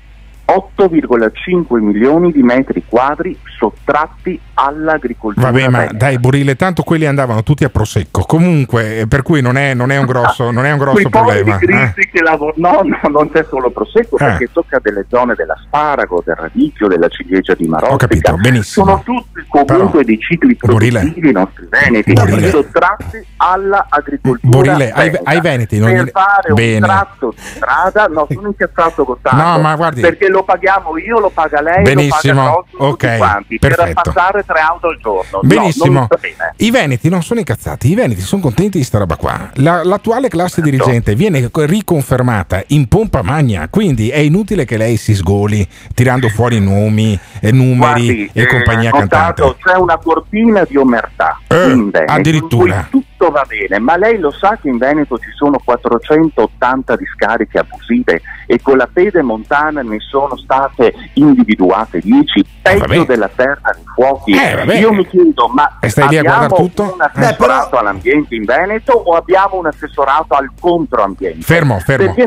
8,5 milioni di metri quadri sottratti all'agricoltura. Vabbè, ma dai Burile, tanto quelli andavano tutti a Prosecco, comunque, per cui non è un grosso problema. Che no, non c'è solo Prosecco, perché tocca delle zone dell'asparago, del radicchio, della ciliegia di Marocca. Ho capito, benissimo. Sono tutti comunque dei cicli produttivi nostri veneti, sottratti all'agricoltura. Burile, ai veneti non per fare un tratto di strada, no, sono incazzato Gottardo, no, ma guardi, perché lo paghiamo io, lo paga lei, benissimo, lo paga tutti quanti, per passare 3 auto al giorno. Benissimo. No, non va bene. I veneti non sono incazzati, i veneti sono contenti di sta roba qua. L'attuale classe dirigente viene riconfermata in pompa magna, quindi è inutile che lei si sgoli tirando fuori nomi e numeri e compagnia cantante. C'è una cortina di omertà in Veneto, addirittura. Tutto va bene, ma lei lo sa che in Veneto ci sono 480 discariche abusive e con la pedemontana ne sono state individuate 10, peggio della terra dei fuochi. Io mi chiedo, ma stai lì a guardare tutto? Un assessorato all'ambiente in Veneto o abbiamo un assessorato al controambiente? Fermo.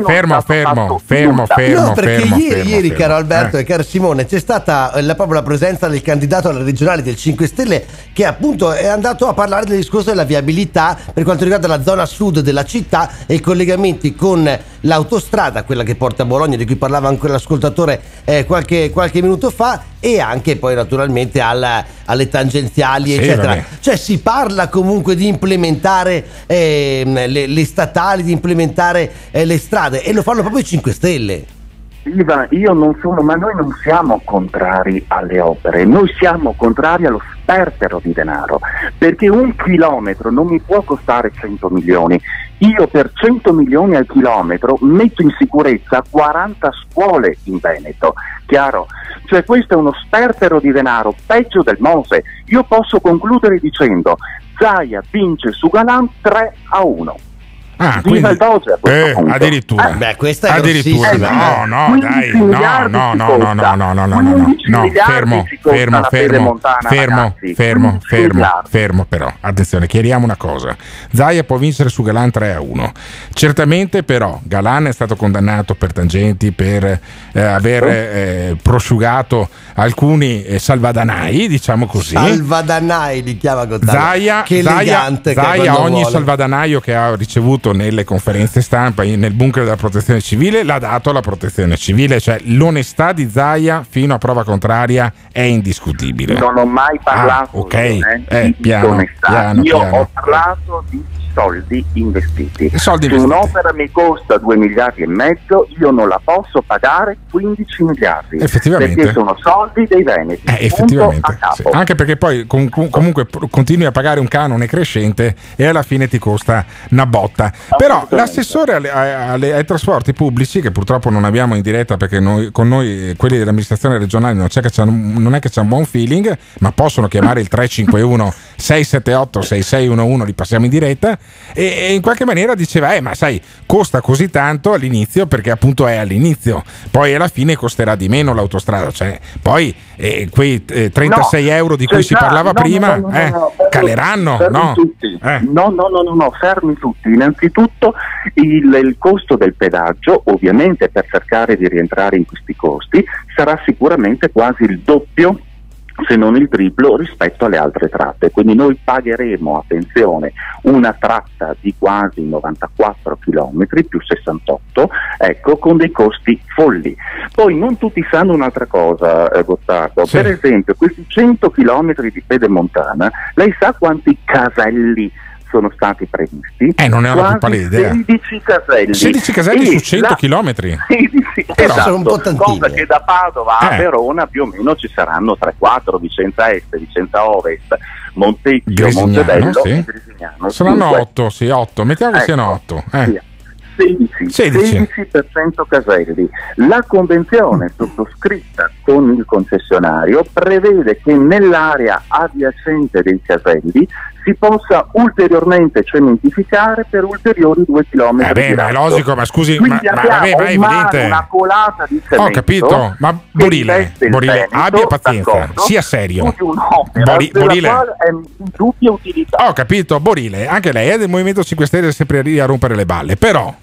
No, perché ieri, caro Alberto e caro Simone, c'è stata proprio la presenza del candidato alla regionale del 5 Stelle che appunto è andato a parlare del discorso della viabilità per quanto riguarda la zona sud della città e i collegamenti con l'autostrada, quella che porta a Bologna, di cui parlava anche l'ascoltatore qualche minuto fa, e anche poi naturalmente alle tangenziali, eccetera. Vabbè. Cioè si parla comunque di implementare le statali, di implementare le strade, e lo fanno proprio i 5 Stelle. Iva, io non sono, ma noi non siamo contrari alle opere, noi siamo contrari allo sperpero di denaro, perché 1 chilometro non mi può costare 100 milioni. Io per 100 milioni al chilometro metto in sicurezza 40 scuole in Veneto, chiaro? Cioè questo è uno sperpero di denaro peggio del Mose. Io posso concludere dicendo: Zaia vince su Galan 3-1. Quindi, il Doge a questo punto. Addirittura. Beh, questa è addirittura. No, fermo, però attenzione, chiariamo una cosa: Zaia può vincere su Galan 3-1, certamente, però Galan è stato condannato per tangenti, per aver prosciugato alcuni salvadanai, diciamo così. Salvadanai li chiama Gottardo. Zaia, ogni salvadanaio che ha ricevuto nelle conferenze stampa, nel bunker della protezione civile, l'ha dato alla protezione civile, cioè l'onestà di Zaia fino a prova contraria è indiscutibile. Non ho mai parlato di onestà. Io ho parlato di soldi investiti. Se un'opera mi costa 2 miliardi e mezzo, io non la posso pagare 15 miliardi. Effettivamente. Perché sono soldi dei veneti. Effettivamente. Sì. Anche perché poi comunque continui a pagare un canone crescente e alla fine ti costa una botta. Però l'assessore ai trasporti pubblici, che purtroppo non abbiamo in diretta perché con noi quelli dell'amministrazione regionale non è che c'è un buon feeling, ma possono chiamare il 351 678 6611, li passiamo in diretta, e in qualche maniera diceva ma sai, costa così tanto all'inizio perché appunto è all'inizio, poi alla fine costerà di meno l'autostrada, cioè poi quei 36 euro di cui si parlava prima caleranno, no? No, fermi tutti. Innanzitutto il costo del pedaggio, ovviamente, per cercare di rientrare in questi costi, sarà sicuramente quasi il doppio, se non il triplo, rispetto alle altre tratte. Quindi noi pagheremo, attenzione, una tratta di quasi 94 km più 68, ecco, con dei costi folli. Poi non tutti sanno un'altra cosa, Gottardo. Sì. Per esempio, questi 100 km di pedemontana, lei sa quanti caselli sono stati previsti? Non ne ho la più pallida idea. 16 caselli su 100 chilometri. 16, esatto, un po' cosa che da Padova a Verona più o meno ci saranno 3-4, Vicenza Est, Vicenza Ovest, Montecchio, Montebello e Grisignano. Saranno 8, mettiamo che siano 8. 16 per 100 caselli. La convenzione sottoscritta con il concessionario prevede che nell'area adiacente dei caselli si possa ulteriormente cementificare per ulteriori 2 km. Ma è logico, ma scusi, ma è evidente. Una colata di cemento. Ho capito, ma Burile, abbia pazienza, sia serio. Burile è di dubbia utilità. Ho capito, Burile, anche lei è del Movimento 5 Stelle, sempre lì a rompere le balle, però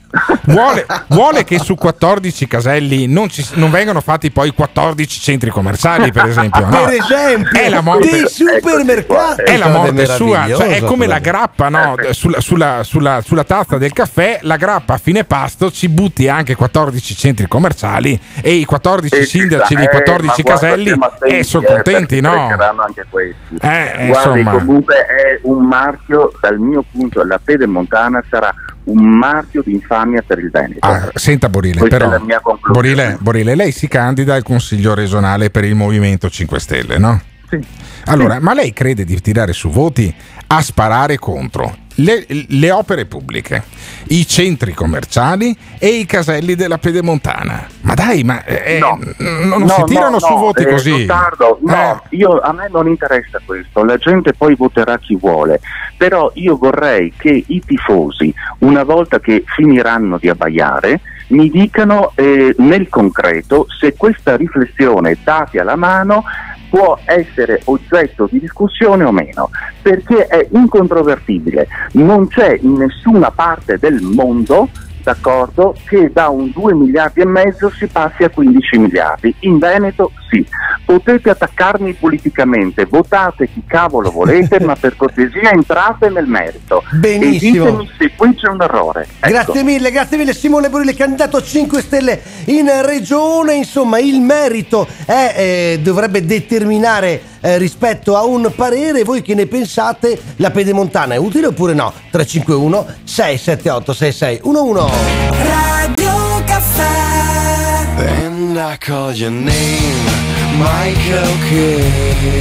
Vuole che su 14 caselli non vengano fatti poi 14 centri commerciali, per esempio. No? Per esempio, è la morte, dei supermercati. È la morte sua, cioè è come la grappa, no? Sulla tazza del caffè, la grappa a fine pasto ci butti anche 14 centri commerciali e i 14 sindaci dei 14 caselli sono contenti, no? Anche questi. Guardi, insomma, comunque è un marchio, dal mio punto, la Pedemontana sarà un marchio di infamia per il Veneto. Senta Borile, questa però è la mia conclusione. Borile, lei si candida al Consiglio regionale per il Movimento 5 Stelle, no? Sì. Allora, ma lei crede di tirare su voti a sparare contro le opere pubbliche, i centri commerciali e i caselli della Pedemontana? Ma dai, non si tirano su voti così. Gottardo, a me non interessa questo, la gente poi voterà chi vuole, però io vorrei che i tifosi, una volta che finiranno di abbaiare, mi dicano nel concreto se questa riflessione, dati alla mano, può essere oggetto di discussione o meno, perché è incontrovertibile, non c'è in nessuna parte del mondo, d'accordo, che da un 2,5 miliardi si passi a 15 miliardi. In Veneto sì. Potete attaccarmi politicamente, votate chi cavolo volete, ma per cortesia entrate nel merito. Benissimo. E ditemi se qui c'è un errore. Ecco. Grazie mille Simone Borile, candidato 5 Stelle in regione. Insomma, il merito dovrebbe determinare rispetto a un parere. Voi che ne pensate? La Pedemontana è utile oppure no? 351 678 6611. Radio Caffè. And I call your name, Michael Kidd.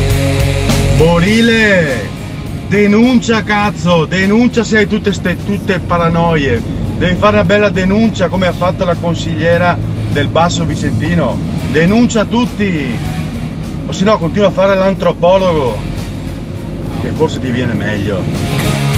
Borile, denuncia cazzo, denuncia se hai tutte paranoie. Devi fare una bella denuncia come ha fatto la consigliera del Basso Vicentino. Denuncia tutti, o se no continua a fare l'antropologo, che forse ti viene meglio.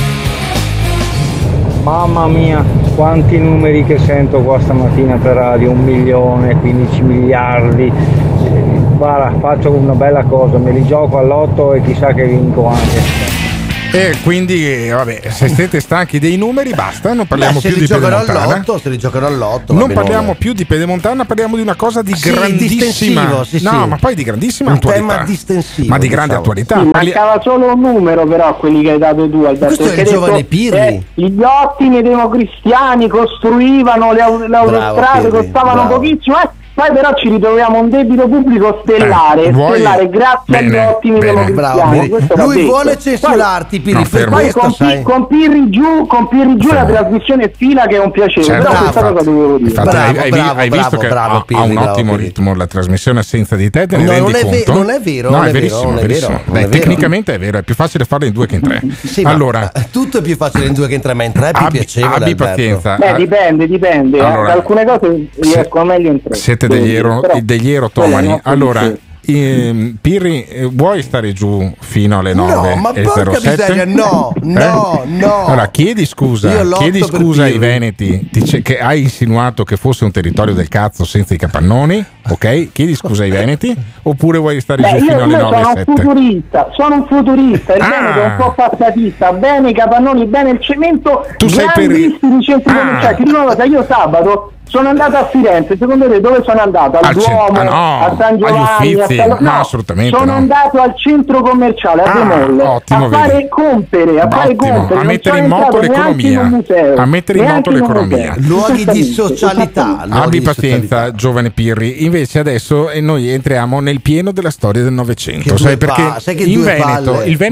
Mamma mia, quanti numeri che sento qua stamattina per radio, 1 milione, 15 miliardi. Guarda, faccio una bella cosa, me li gioco all'otto e chissà che vinco anche. E quindi, vabbè, se siete stanchi dei numeri, basta, non parliamo più di Pedemontana. Se li giocano all'otto. Non parliamo più di Pedemontana, parliamo di una cosa di grandissima. Ma poi di grandissima attualità. Tema distensivo. Ma di grande attualità. Sì, mancava solo un numero, però, quelli che hai dato tu, Alberto. Questo è il giovane Pirri. Gli ottimi democristiani costruivano le autostrade, costavano pochissimo. Poi però ci ritroviamo un debito pubblico stellare, grazie agli ottimi democristiani. Lui vuole censurarti, Pirri, poi con Pirri giù la trasmissione fila, che è un piacere, però questa cosa dovevo dire. Hai visto che ha un ottimo ritmo la trasmissione senza di te, non è vero. No, è verissimo. Tecnicamente è vero, è più facile farlo in 2 che in 3. Sì, allora, tutto è più facile in 2 che in 3, ma in 3 è più piacevole. Abbi pazienza. Dipende. Allora, alcune cose riesco meglio in 3. Siete degli erotomani. Allora, Pirri, vuoi stare giù fino alle 9? No, ma porca miseria, no. Allora, chiedi scusa ai veneti che hai insinuato che fosse un territorio del cazzo senza i capannoni, ok? Chiedi scusa ai veneti, oppure vuoi stare giù fino alle 9 e 7? Sono un futurista, il Veneto è un po' passatista, bene i capannoni, bene il cemento, tu sei grandissimi centri commerciali. Ti dico una cosa, io sabato sono andato a Firenze, secondo te dove sono andato? Al Duomo, a San Giovanni, no, assolutamente sono andato al centro commerciale a Demolle a fare compere, a mettere in moto l'economia, luoghi di socialità. Abbi pazienza, giovane Pirri. Invece adesso noi entriamo nel pieno della storia del Novecento, sai perché in Veneto il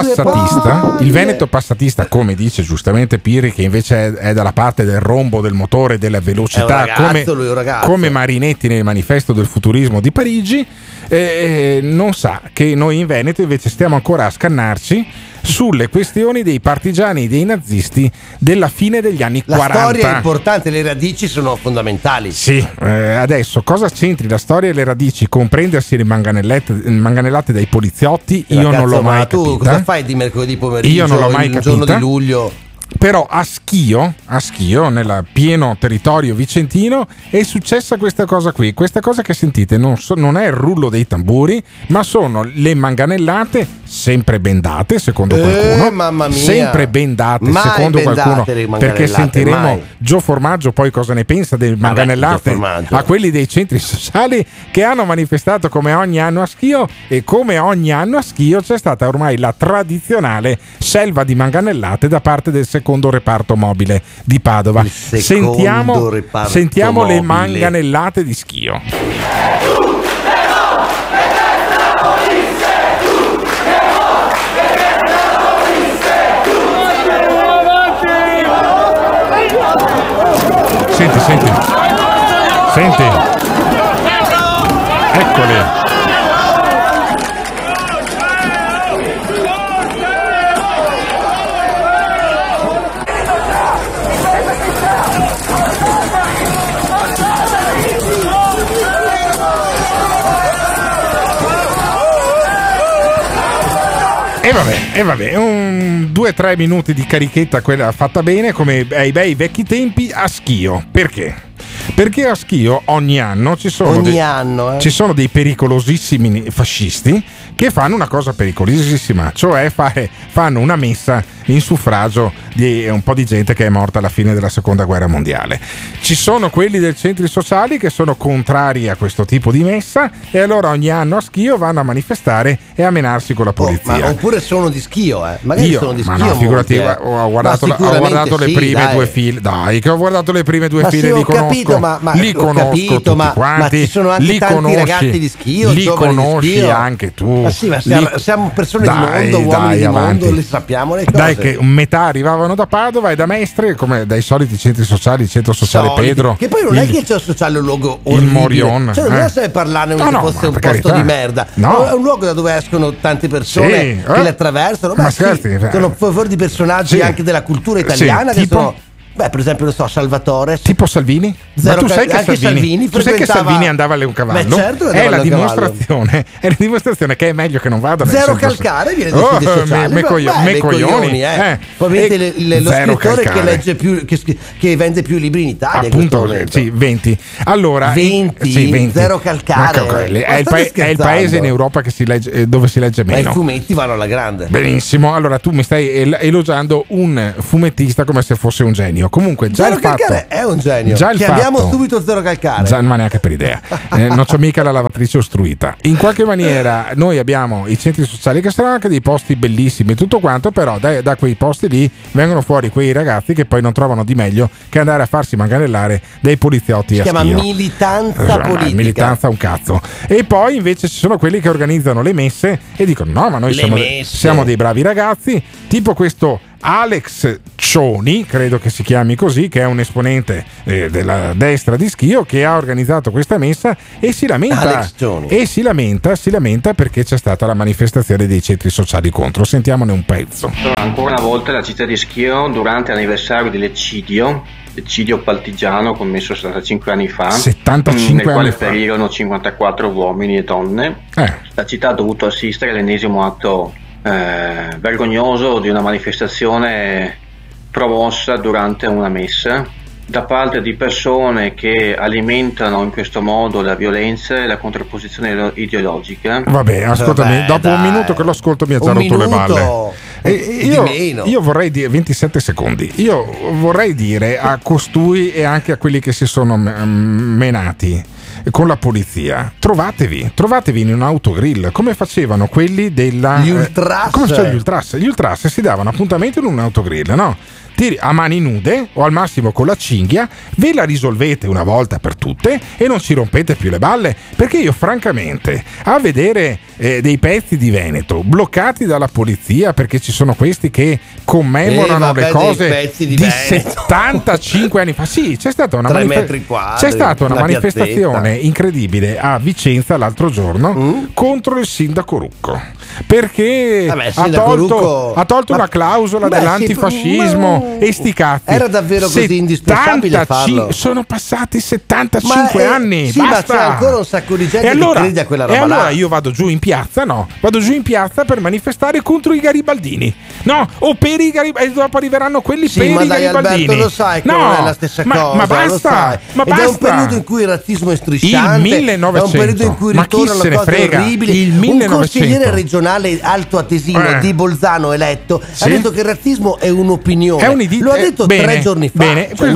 Veneto passatista, come dice giustamente Pirri, che invece è dalla parte del rombo, del motore, della velocità, come Marinetti nel manifesto del futurismo di Parigi, non sa che noi in Veneto invece stiamo ancora a scannarci sulle questioni dei partigiani e dei nazisti della fine degli anni 40. La storia è importante, le radici sono fondamentali. Sì, adesso cosa c'entri la storia e le radici con prendersi le manganellate dai poliziotti? Io non l'ho mai capita. Tu cosa fai di mercoledì pomeriggio? Io non l'ho mai capita. Giorno di luglio? Però a Schio, nel pieno territorio vicentino, è successa questa cosa qui. Questa cosa che sentite non è il rullo dei tamburi, ma sono le manganellate sempre bendate, secondo qualcuno. Mamma mia. Sempre bendate, mai secondo qualcuno. Perché sentiremo mai. Gio Formaggio poi cosa ne pensa delle manganellate a quelli dei centri sociali che hanno manifestato come ogni anno a Schio, e come ogni anno a Schio c'è stata ormai la tradizionale selva di manganellate da parte del secondo reparto mobile di Padova. Sentiamo le manganellate di Schio. Senti. Eccole. E vabbè, 2-3 minuti di carichetta, quella fatta bene, come ai bei vecchi tempi a Schio. Perché? Perché a Schio ogni anno ci sono dei pericolosissimi fascisti che fanno una cosa pericolosissima, cioè fanno una messa in suffragio di un po' di gente che è morta alla fine della seconda guerra mondiale. Ci sono quelli dei centri sociali che sono contrari a questo tipo di messa, e allora ogni anno a Schio vanno a manifestare e a menarsi con la polizia. Oppure sono di Schio, magari sono di Schio. Ma no, figurati, ho guardato le prime due file. Dai, che ho guardato le prime due file, li conosco. Li conosco tutti quanti. Ma ci sono anche tanti ragazzi di Schio. Li conosci anche tu. Ma sì, siamo persone di mondo, uomini di mondo, le sappiamo le cose. Dai, che metà arrivavano da Padova e da Mestre, come dai soliti centri sociali, il centro sociale Pedro. Che poi non è che il centro sociale è un luogo orribile. Il Morion. Cioè non è stai parlando come se fosse un posto di merda. No. È un luogo da dove escono tante persone che le attraversano. Ma sono fuori di personaggi anche della cultura italiana che sono. Beh, per esempio, Salvatore. Tipo Salvini? Ma tu sai che Salvini andava a un cavallo? Beh, certo, è la dimostrazione che è meglio che non vada. Zero Calcare viene dai siti sociali. Me coglioni. Probabilmente lo scrittore che legge più, che vende più libri in Italia. Appunto, sì, 20. Allora, 20. Zero Calcare. È il paese in Europa che si legge, dove si legge meno. Ma i fumetti vanno alla grande. Benissimo. Allora tu mi stai elogiando un fumettista come se fosse un genio. Comunque già Zero il fatto Calcare è un genio. Chiamiamo subito Zero Calcare. Ma neanche per idea. Non c'ho mica la lavatrice ostruita. In qualche maniera noi abbiamo i centri sociali che saranno anche dei posti bellissimi, tutto quanto, però da quei posti lì vengono fuori quei ragazzi che poi non trovano di meglio che andare a farsi manganellare dei poliziotti. Si chiama militanza politica. Militanza un cazzo. E poi invece ci sono quelli che organizzano le messe e dicono no, ma noi siamo dei bravi ragazzi, tipo questo Alex Cioni, credo che si chiami così, che è un esponente della destra di Schio, che ha organizzato questa messa e si lamenta perché c'è stata la manifestazione dei centri sociali contro. Sentiamone un pezzo. Ancora una volta la città di Schio, durante l'anniversario dell'eccidio partigiano commesso 75 anni fa, 75 nel quale perirono 54 uomini e donne. La città ha dovuto assistere all'ennesimo atto vergognoso di una manifestazione promossa durante una messa da parte di persone che alimentano in questo modo la violenza e la contrapposizione ideologica. Vabbè, ascoltami, dopo un minuto che lo ascolto mi ha già rotto le balle. Io vorrei dire 27 secondi. Io vorrei dire a costui e anche a quelli che si sono menati con la polizia, trovatevi in un autogrill come facevano quelli della gli Ultras. Come facevano gli Ultras? Gli Ultras si davano appuntamento in un autogrill, no? A mani nude o al massimo con la cinghia, ve la risolvete una volta per tutte e non ci rompete più le balle, perché io francamente a vedere dei pezzi di Veneto bloccati dalla polizia perché ci sono questi che commemorano le cose di 75 anni fa. Sì, c'è stata una manifestazione incredibile a Vicenza l'altro giorno contro il sindaco Rucco, perché ha tolto una clausola dell'antifascismo no? E sti cazzi. Era davvero così indispensabile farlo? Sono passati 75 anni. Sì, basta. ma c'è ancora un sacco di gente che crede a quella roba. E allora io vado giù in piazza, per manifestare contro i garibaldini. No, o per i garibaldini. E dopo arriveranno quelli per i garibaldini. Alberto, lo sai che non è la stessa cosa. Ma basta. Ed è un periodo in cui il razzismo è strisciante. Il 1900. È un periodo in cui ritornano cose orribili. Il 1900. Un consigliere regionale altoatesino di Bolzano eletto ha detto che il razzismo è un'opinione. Lo ha detto 3 giorni fa.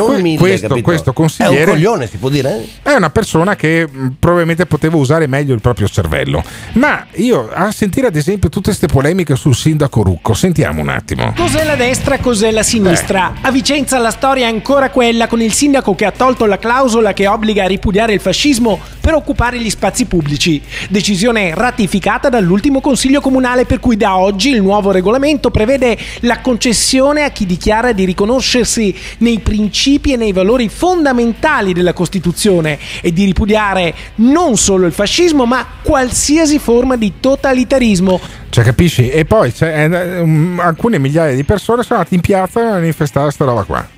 Questo consigliere è un coglione, si può dire? È una persona che probabilmente poteva usare meglio il proprio cervello. Ma io a sentire ad esempio tutte queste polemiche sul sindaco Rucco, sentiamo un attimo. Cos'è la destra, cos'è la sinistra? A Vicenza la storia è ancora quella, con il sindaco che ha tolto la clausola che obbliga a ripudiare il fascismo per occupare gli spazi pubblici. Decisione ratificata dall'ultimo consiglio comunale, per cui da oggi il nuovo regolamento prevede la concessione a chi dichiara di riconoscersi nei principi e nei valori fondamentali della Costituzione e di ripudiare non solo il fascismo ma qualsiasi forma di totalitarismo. Cioè, capisci? E poi alcune migliaia di persone sono andate in piazza a manifestare questa roba qua.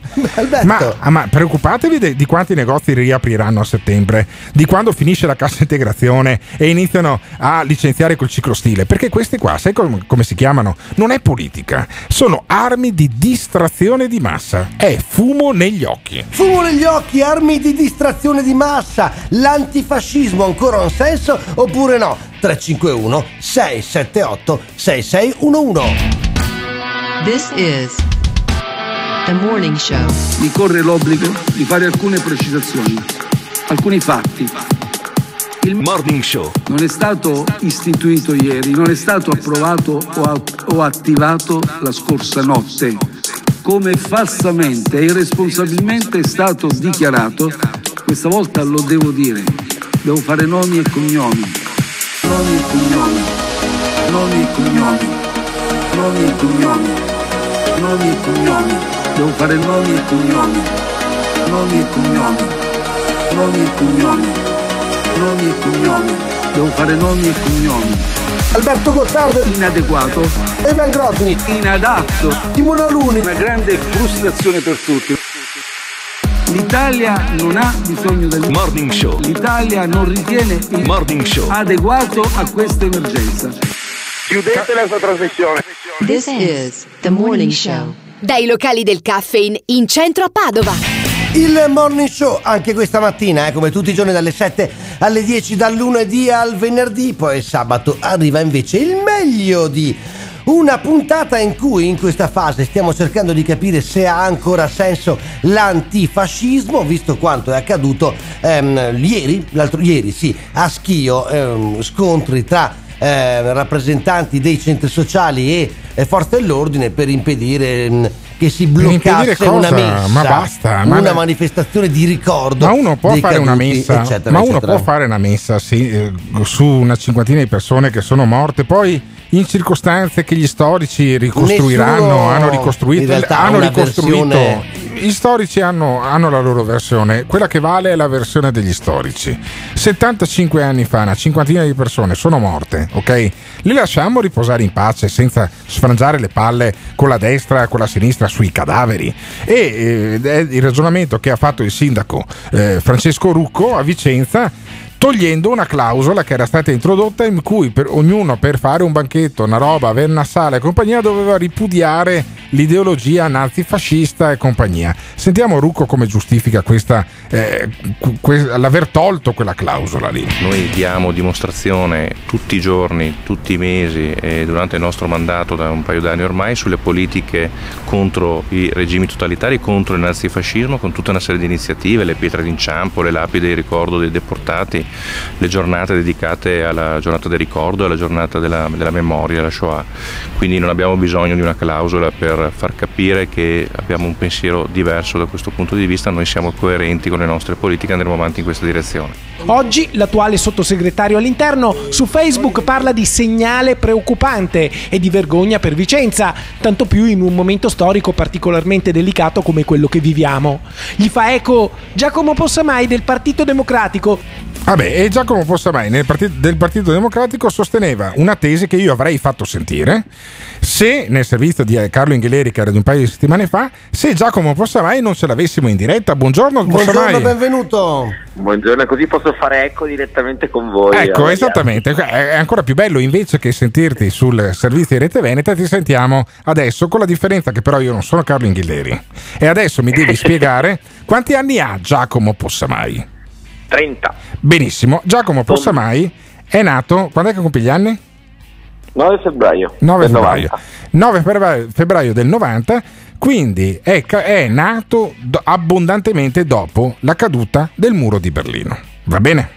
Ma preoccupatevi di quanti negozi riapriranno a settembre, di quando finisce la cassa integrazione e iniziano a licenziare col ciclostile, perché queste qua, sai come si chiamano? Non è politica, sono armi di distrazione di massa, è fumo negli occhi. Fumo negli occhi, armi di distrazione di massa. L'antifascismo ancora ha un senso oppure no? 351 678 6611. This is The Morning Show. Mi corre l'obbligo di fare alcune precisazioni, alcuni fatti. Il Morning Show non è stato istituito ieri, non è stato approvato o attivato la scorsa notte, come falsamente e irresponsabilmente è stato dichiarato. Questa volta lo devo dire, devo fare nomi e cognomi. Nomi e cognomi. Nomi e cognomi. Nomi e cognomi. Nomi e cognomi. Devo fare nomi e cognomi. Nomi e cognomi. Nomi e cognomi. Nomi e cognomi. Devo fare nomi e cognomi. Alberto Gottardo inadeguato. Evan Grosni inadatto. Timone Aluni. Una grande frustrazione per tutti. L'Italia non ha bisogno del Morning Show. L'Italia non ritiene il Morning Show adeguato a questa emergenza. Chiudete la sua trasmissione. This is The Morning Show. Dai locali del Caffeine in centro a Padova. Il Morning Show anche questa mattina, come tutti i giorni dalle 7 alle 10, dal lunedì al venerdì, poi sabato arriva invece il meglio di una puntata in cui in questa fase stiamo cercando di capire se ha ancora senso l'antifascismo, visto quanto è accaduto ieri a Schio, scontri tra rappresentanti dei centri sociali e forze dell'ordine per impedire che si bloccasse una messa, ma basta, una manifestazione di ricordo. Ma uno può fare una messa, eccetera, uno può fare una messa su una cinquantina di persone che sono morte, poi in circostanze che gli storici ricostruiranno, hanno ricostruito. Gli storici hanno la loro versione, quella che vale è la versione degli storici. 75 anni fa una cinquantina di persone sono morte, ok? Le lasciamo riposare in pace senza sfrangiare le palle con la destra e con la sinistra sui cadaveri. E è il ragionamento che ha fatto il sindaco Francesco Rucco a Vicenza, togliendo una clausola che era stata introdotta in cui ognuno per fare un banchetto, una roba, vernasale e compagnia doveva ripudiare l'ideologia nazifascista e compagnia. Sentiamo Rucco come giustifica l'aver tolto quella clausola lì. Noi diamo dimostrazione tutti i giorni, tutti i mesi e durante il nostro mandato da un paio d'anni ormai sulle politiche contro i regimi totalitari, contro il nazifascismo, con tutta una serie di iniziative, le pietre d'inciampo, le lapidi di ricordo dei deportati, le giornate dedicate alla giornata del ricordo e alla giornata della memoria, la Shoah. Quindi non abbiamo bisogno di una clausola per far capire che abbiamo un pensiero diverso da questo punto di vista. Noi siamo coerenti con le nostre politiche e andremo avanti in questa direzione. Oggi l'attuale sottosegretario all'interno su Facebook parla di segnale preoccupante e di vergogna per Vicenza, tanto più in un momento storico particolarmente delicato come quello che viviamo. Gli fa eco Giacomo Possamai del Partito Democratico. Vabbè, e Giacomo Possamai del Partito Democratico sosteneva una tesi che io avrei fatto sentire se nel servizio di Carlo Inghileri, che era di un paio di settimane fa, se Giacomo Possamai non ce l'avessimo in diretta. Buongiorno Possamai. Buongiorno, benvenuto. Buongiorno, così posso fare eco direttamente con voi. Ecco, esattamente, è ancora più bello, invece che sentirti sul servizio di Rete Veneta ti sentiamo adesso, con la differenza che però io non sono Carlo Inghileri e adesso mi devi spiegare quanti anni ha Giacomo Possamai. 30. Benissimo, Giacomo Possamai è nato, quando è che compie gli anni? 9 febbraio 9 febbraio del 90, quindi è nato abbondantemente dopo la caduta del muro di Berlino, va bene?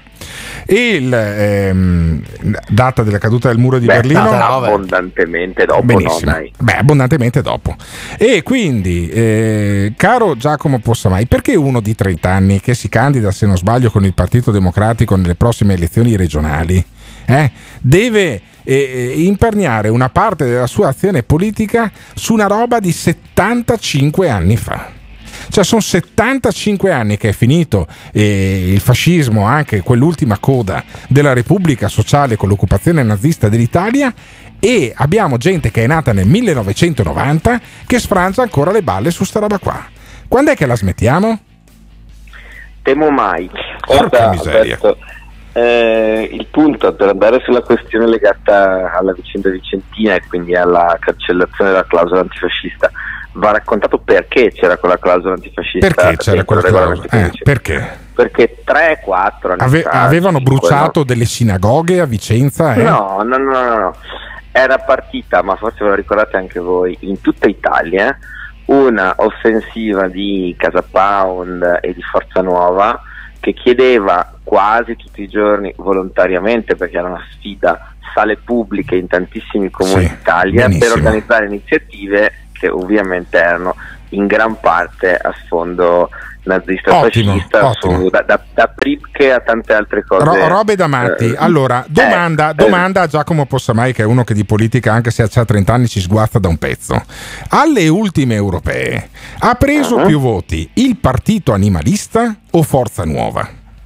Data della caduta del muro di Berlino abbondantemente dopo. Benissimo. No, dai. Abbondantemente dopo. E quindi caro Giacomo Possamai, perché uno di 30 anni che si candida, se non sbaglio, con il Partito Democratico nelle prossime elezioni regionali deve imperniare una parte della sua azione politica su una roba di 75 anni fa? Cioè sono 75 anni che è finito il fascismo, anche quell'ultima coda della Repubblica Sociale con l'occupazione nazista dell'Italia, e abbiamo gente che è nata nel 1990 che sfrangia ancora le balle su sta roba qua. Quando è che la smettiamo? Temo mai. Porca miseria. Il punto, per andare sulla questione legata alla vicenda vicentina e quindi alla cancellazione della clausola antifascista, va raccontato perché c'era quella clausola antifascista. Perché c'era quella clausola? Perché? Perché 3-4 anni fa avevano bruciato delle sinagoghe a Vicenza? No. Era partita, ma forse ve lo ricordate anche voi, in tutta Italia una offensiva di Casa Pound e di Forza Nuova che chiedeva quasi tutti i giorni, volontariamente, perché era una sfida, sale pubbliche in tantissimi comuni d'Italia, per organizzare iniziative che ovviamente erano in gran parte a sfondo nazista fascista, da Pripke a tante altre cose. Robe da matti. Allora, domanda a Giacomo Possamai, che è uno che di politica, anche se ha 30 anni, ci sguazza da un pezzo. Alle ultime europee ha preso più voti il partito animalista o Forza Nuova?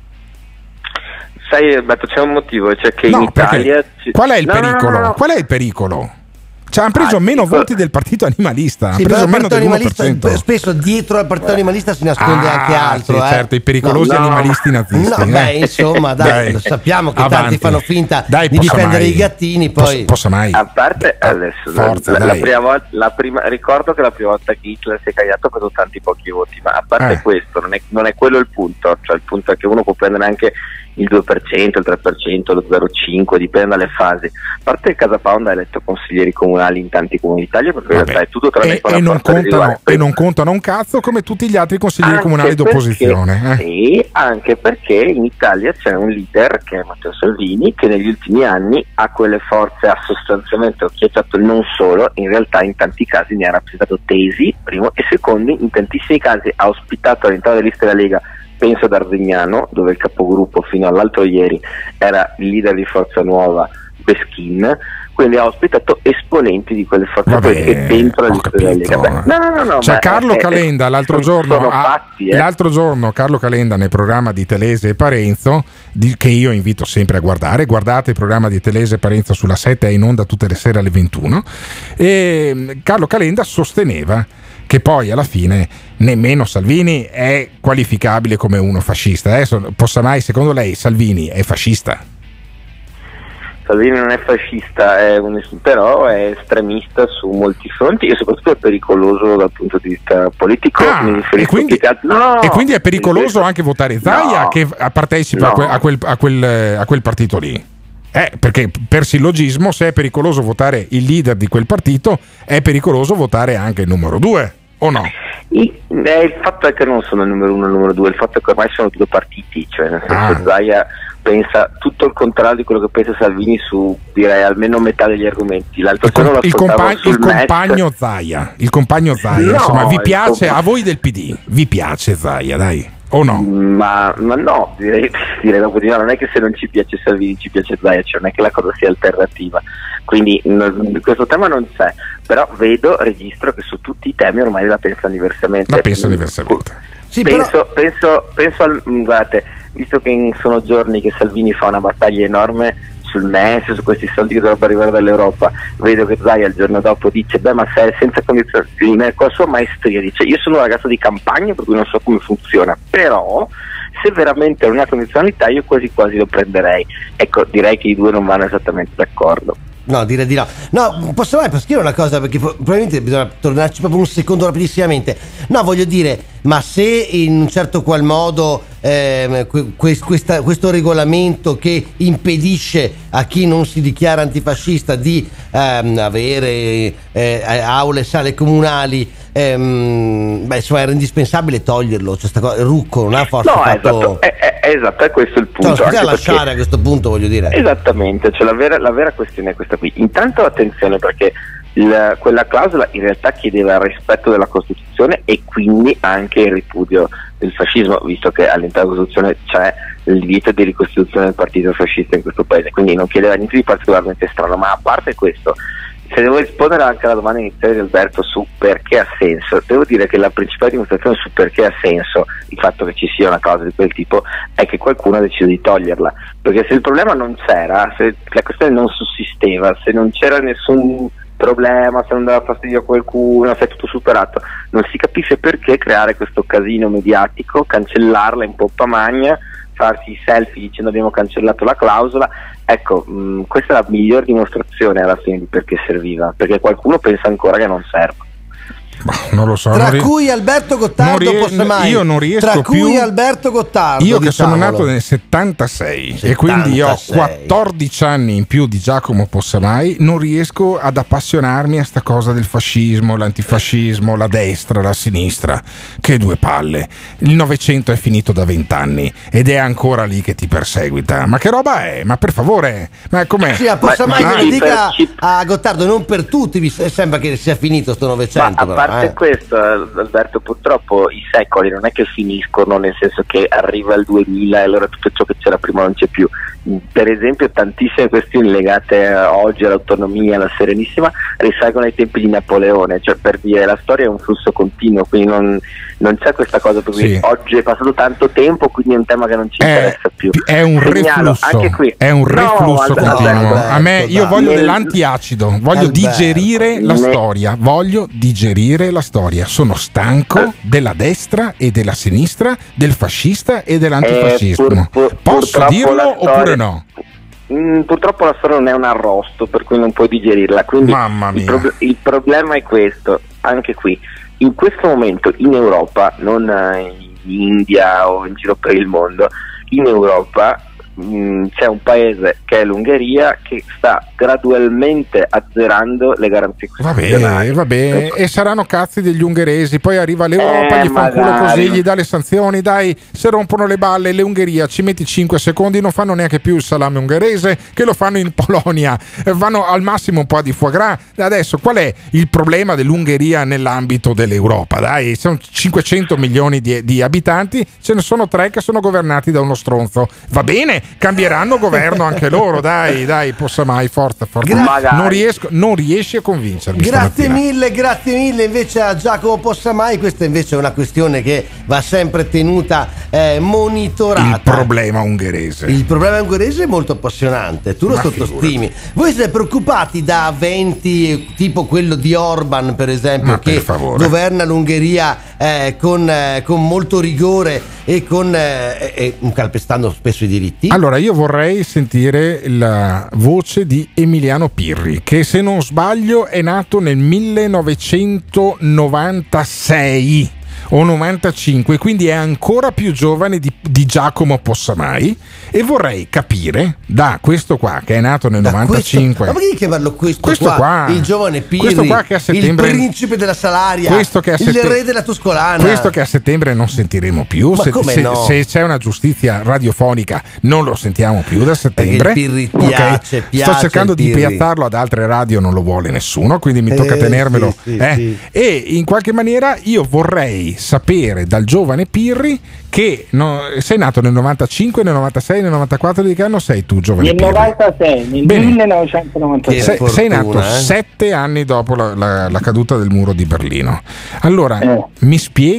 Sai, Alberto, c'è un motivo, cioè che in Italia qual è il pericolo? Qual è il pericolo? Cioè, hanno preso meno voti del partito animalista. Sì, però il partito animalista, spesso dietro al partito animalista si nasconde anche altro. Sì, certo, i pericolosi animalisti nazisti. Insomma, dai, lo sappiamo che tanti fanno finta di difendere i gattini. Poi posso mai? A parte adesso, ricordo che la prima volta che Hitler si è candidato ha preso tanti pochi voti, ma a parte questo, non è quello il punto. Cioè, il punto è che uno può prendere anche il 2%, il 3%, lo 0,5%, dipende dalle fasi. A parte che Casa Pound ha eletto consiglieri comunali in tanti comuni d'Italia, perché in realtà è tutto tranne e non contano un cazzo come tutti gli altri consiglieri comunali d'opposizione. Sì, anche perché in Italia c'è un leader che è Matteo Salvini, che negli ultimi anni a quelle forze ha sostanzialmente occhieggiato, non solo, in realtà in tanti casi ne ha rappresentato tesi, primo, e secondo, in tantissimi casi ha ospitato all'interno delle liste della Lega. Penso ad Arzignano, dove il capogruppo fino all'altro ieri era il leader di Forza Nuova, Beschin, quindi ha ospitato esponenti di quelle forze politiche dentro la lista della Lega. No, cioè Carlo Calenda l'altro giorno Carlo Calenda nel programma di Telese e Parenzo, che io invito sempre a guardate il programma di Telese e Parenzo sulla 7, è in onda tutte le sere alle 21, e Carlo Calenda sosteneva che poi alla fine nemmeno Salvini è qualificabile come uno fascista. Possamai, secondo lei Salvini è fascista? Salvini non è fascista, però è estremista su molti fronti e soprattutto è pericoloso dal punto di vista politico. E quindi è pericoloso anche votare Zaia, che partecipa a quel partito lì. Perché per sillogismo, se è pericoloso votare il leader di quel partito, è pericoloso votare anche il numero 2, o no? Il fatto è che non sono il numero 1 e il numero 2, il fatto è che ormai sono due partiti, cioè nel senso Zaia pensa tutto il contrario di quello che pensa Salvini su, direi, almeno metà degli argomenti. L'altro giorno il compagno Zaia, insomma, vi piace a voi del PD? Vi piace Zaia, dai? O no? Ma no, direi dopo di no, non è che se non ci piace Salvini ci piace Zaia, cioè non è che la cosa sia alternativa, quindi questo tema non c'è, però registro che su tutti i temi ormai la pensano diversamente. Sì, penso guardate, visto che sono giorni che Salvini fa una battaglia enorme sul MES, su questi soldi che dovrebbero arrivare dall'Europa, vedo che Zaia il giorno dopo dice beh, ma se senza condizioni, con la sua maestria dice io sono un ragazzo di campagna per cui non so come funziona, però se veramente è una condizionalità io quasi quasi lo prenderei. Ecco, direi che i due non vanno esattamente d'accordo. No, direi di no. No, posso scrivere una cosa, perché probabilmente bisogna tornarci proprio un secondo rapidissimamente. No, voglio dire, ma se in un certo qual modo questo regolamento che impedisce a chi non si dichiara antifascista di avere aule e sale comunali, insomma era indispensabile toglierlo, cioè Rucco non ha forse fatto... Esatto, è questo il punto. Cioè, lasciare a questo punto, voglio dire. Esattamente, cioè la vera questione è questa qui. Intanto attenzione, perché quella clausola in realtà chiedeva il rispetto della Costituzione e quindi anche il ripudio del fascismo, visto che all'interno della Costituzione c'è il divieto di ricostituzione del partito fascista in questo paese, quindi non chiedeva niente di particolarmente strano. Ma a parte questo, se devo rispondere anche alla domanda iniziale di Alberto su perché ha senso, devo dire che la principale dimostrazione su perché ha senso il fatto che ci sia una cosa di quel tipo è che qualcuno ha deciso di toglierla, perché se il problema non c'era, se la questione non sussisteva, se non c'era nessun problema, se non dava fastidio a qualcuno, se è tutto superato, non si capisce perché creare questo casino mediatico, cancellarla in pompa magna, farsi i selfie dicendo abbiamo cancellato la clausola. Ecco, questa è la miglior dimostrazione alla fine di perché serviva, perché qualcuno pensa ancora che non serva. Non lo so. Tra cui Alberto Gottardo Possamai. Io non riesco tra più. Cui Alberto Gottardo. Io che sono nato nel 76 e quindi ho 14 anni in più di Giacomo Possamai, non riesco ad appassionarmi a sta cosa del fascismo, l'antifascismo, la destra, la sinistra. Che due palle. Il Novecento è finito da 20 anni ed è ancora lì che ti perseguita. Ma che roba è? Ma per favore, ma com'è? Sì, a Possamai che lo dica a Gottardo, non per tutti, mi sembra che sia finito sto Novecento. Ma a parte questo, Alberto, purtroppo i secoli non è che finiscono, nel senso che arriva il 2000 e allora tutto ciò che c'era prima non c'è più. Per esempio tantissime questioni legate oggi all'autonomia, alla Serenissima, risalgono ai tempi di Napoleone, cioè per dire la storia è un flusso continuo, quindi non c'è questa cosa per cui oggi è passato tanto tempo, quindi è un tema che non ci interessa più. È un reflusso, anche qui. È un reflusso continuo. A me, io voglio dell'antiacido, voglio digerire la storia, voglio digerire la storia. Sono stanco della destra e della sinistra, del fascista e dell'antifascismo. Posso dirlo oppure no? Purtroppo la storia non è un arrosto, per cui non puoi digerirla, quindi mamma mia. Il problema è questo, anche qui in questo momento in Europa, non in India o in giro per il mondo, in Europa c'è un paese che è l'Ungheria che sta gradualmente azzerando le garanzie costituzionali. Vabbè, e saranno cazzi degli ungheresi, poi arriva l'Europa, gli fa un culo così, gli dà le sanzioni, dai, se rompono le balle l'Ungheria, ci metti 5 secondi, non fanno neanche più il salame ungherese che lo fanno in Polonia, vanno al massimo un po' di foie gras. Adesso qual è il problema dell'Ungheria nell'ambito dell'Europa? Dai, sono 500 milioni di abitanti, ce ne sono 3 che sono governati da uno stronzo, va bene, cambieranno governo anche loro, dai, Possamai, forza. Non riesci a convincermi. Grazie mille invece a Giacomo Possamai. Questa invece è una questione che va sempre tenuta monitorata. Il problema ungherese è molto appassionante, tu lo sottostimi. Voi siete preoccupati da avventi tipo quello di Orban, per esempio, che governa l'Ungheria con molto rigore e calpestando spesso i diritti? Allora, io vorrei sentire la voce di Emiliano Pirri, che se non sbaglio è nato nel 1996 o 95, quindi è ancora più giovane di Giacomo Possamai, e vorrei capire da questo qua che è nato nel 95. Ma perché chiamarlo questo qua? Il giovane Pirri, questo qua che a settembre, il principe della Salaria, il re della Toscolana, questo che a settembre non sentiremo più. Se c'è una giustizia radiofonica non lo sentiamo più da settembre. Pirri piace, sto cercando di piazzarlo ad altre radio, non lo vuone nessuno, quindi mi tocca tenermelo. Sì. E in qualche maniera io vorrei sapere dal giovane Pirri che sei nato nel 95, nel 96, nel 94, di che anno sei tu, giovane Pirri? Nel 96, nel 1996. Sei nato 7 anni dopo la caduta del muro di Berlino. Allora, mi spieghi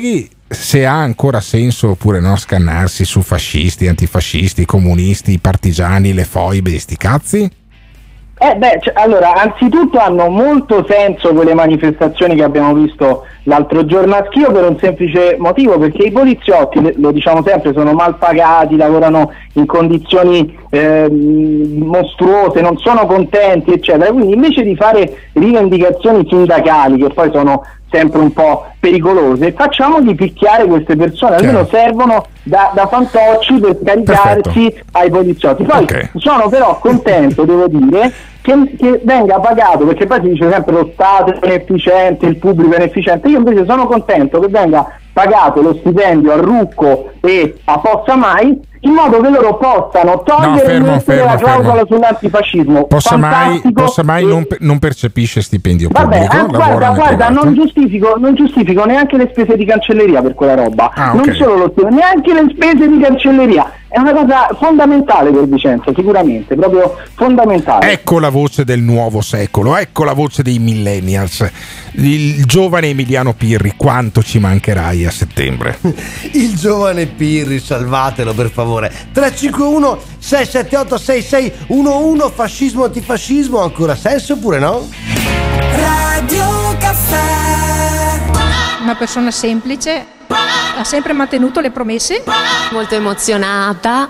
se ha ancora senso oppure no scannarsi su fascisti, antifascisti, comunisti, partigiani, le foibe di sti cazzi? Allora, anzitutto hanno molto senso quelle manifestazioni che abbiamo visto l'altro giorno a Schio, per un semplice motivo, perché i poliziotti, lo diciamo sempre, sono mal pagati, lavorano in condizioni mostruose, non sono contenti, eccetera. Quindi invece di fare rivendicazioni sindacali, che poi sono sempre un po' pericolose, facciamo di picchiare queste persone, almeno servono da fantocci per scaricarsi ai poliziotti. Poi sono però contento, devo dire, che venga pagato, perché poi si dice sempre lo Stato è inefficiente, il pubblico è inefficiente. Io invece sono contento che venga pagato lo stipendio a Rucco e a Possa Mai, in modo che loro possano togliere la clausola sull'antifascismo. Possa Mai non percepisce stipendio pubblico. Guarda, non giustifico neanche le spese di cancelleria per quella roba. Non solo lo stipendio, neanche le spese di cancelleria. È una cosa fondamentale per Vicenza, sicuramente, proprio fondamentale. Ecco la voce del nuovo secolo, ecco la voce dei millennials. Il giovane Emiliano Pirri, quanto ci mancherai a settembre? Il giovane Pirri, salvatelo per favore. 351 678 6611. Fascismo, antifascismo, ancora senso oppure no? Radio Caffè. Una persona semplice, ha sempre mantenuto le promesse. Molto emozionata.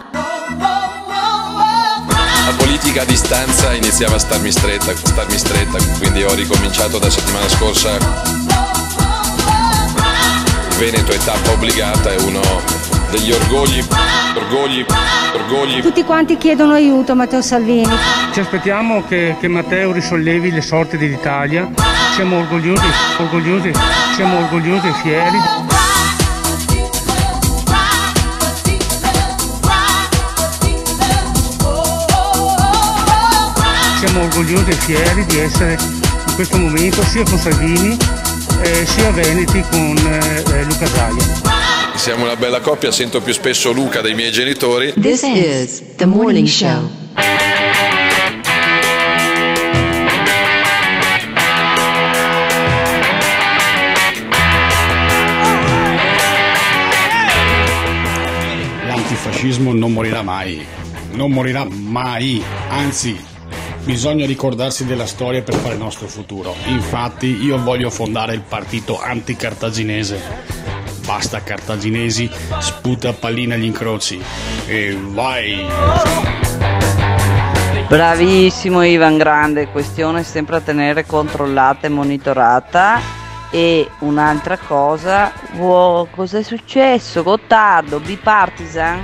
La politica a distanza iniziava a starmi stretta, quindi ho ricominciato da settimana scorsa. Il Veneto è tappa obbligata, è uno degli orgogli. Tutti quanti chiedono aiuto a Matteo Salvini. Ci aspettiamo che Matteo risollevi le sorti dell'Italia. Siamo orgogliosi e fieri. Siamo orgogliosi e fieri di essere in questo momento sia con Salvini sia veneti con Luca Zaia. Siamo una bella coppia, sento più spesso Luca dei miei genitori. This is The Morning Show. L'antifascismo non morirà mai, anzi bisogna ricordarsi della storia per fare il nostro futuro. Infatti io voglio fondare il partito anticartaginese. Basta cartaginesi, sputa pallina agli incroci e vai! Bravissimo Ivan, grande, questione sempre a tenere controllata e monitorata. E un'altra cosa, cos'è successo? Gottardo, bipartisan?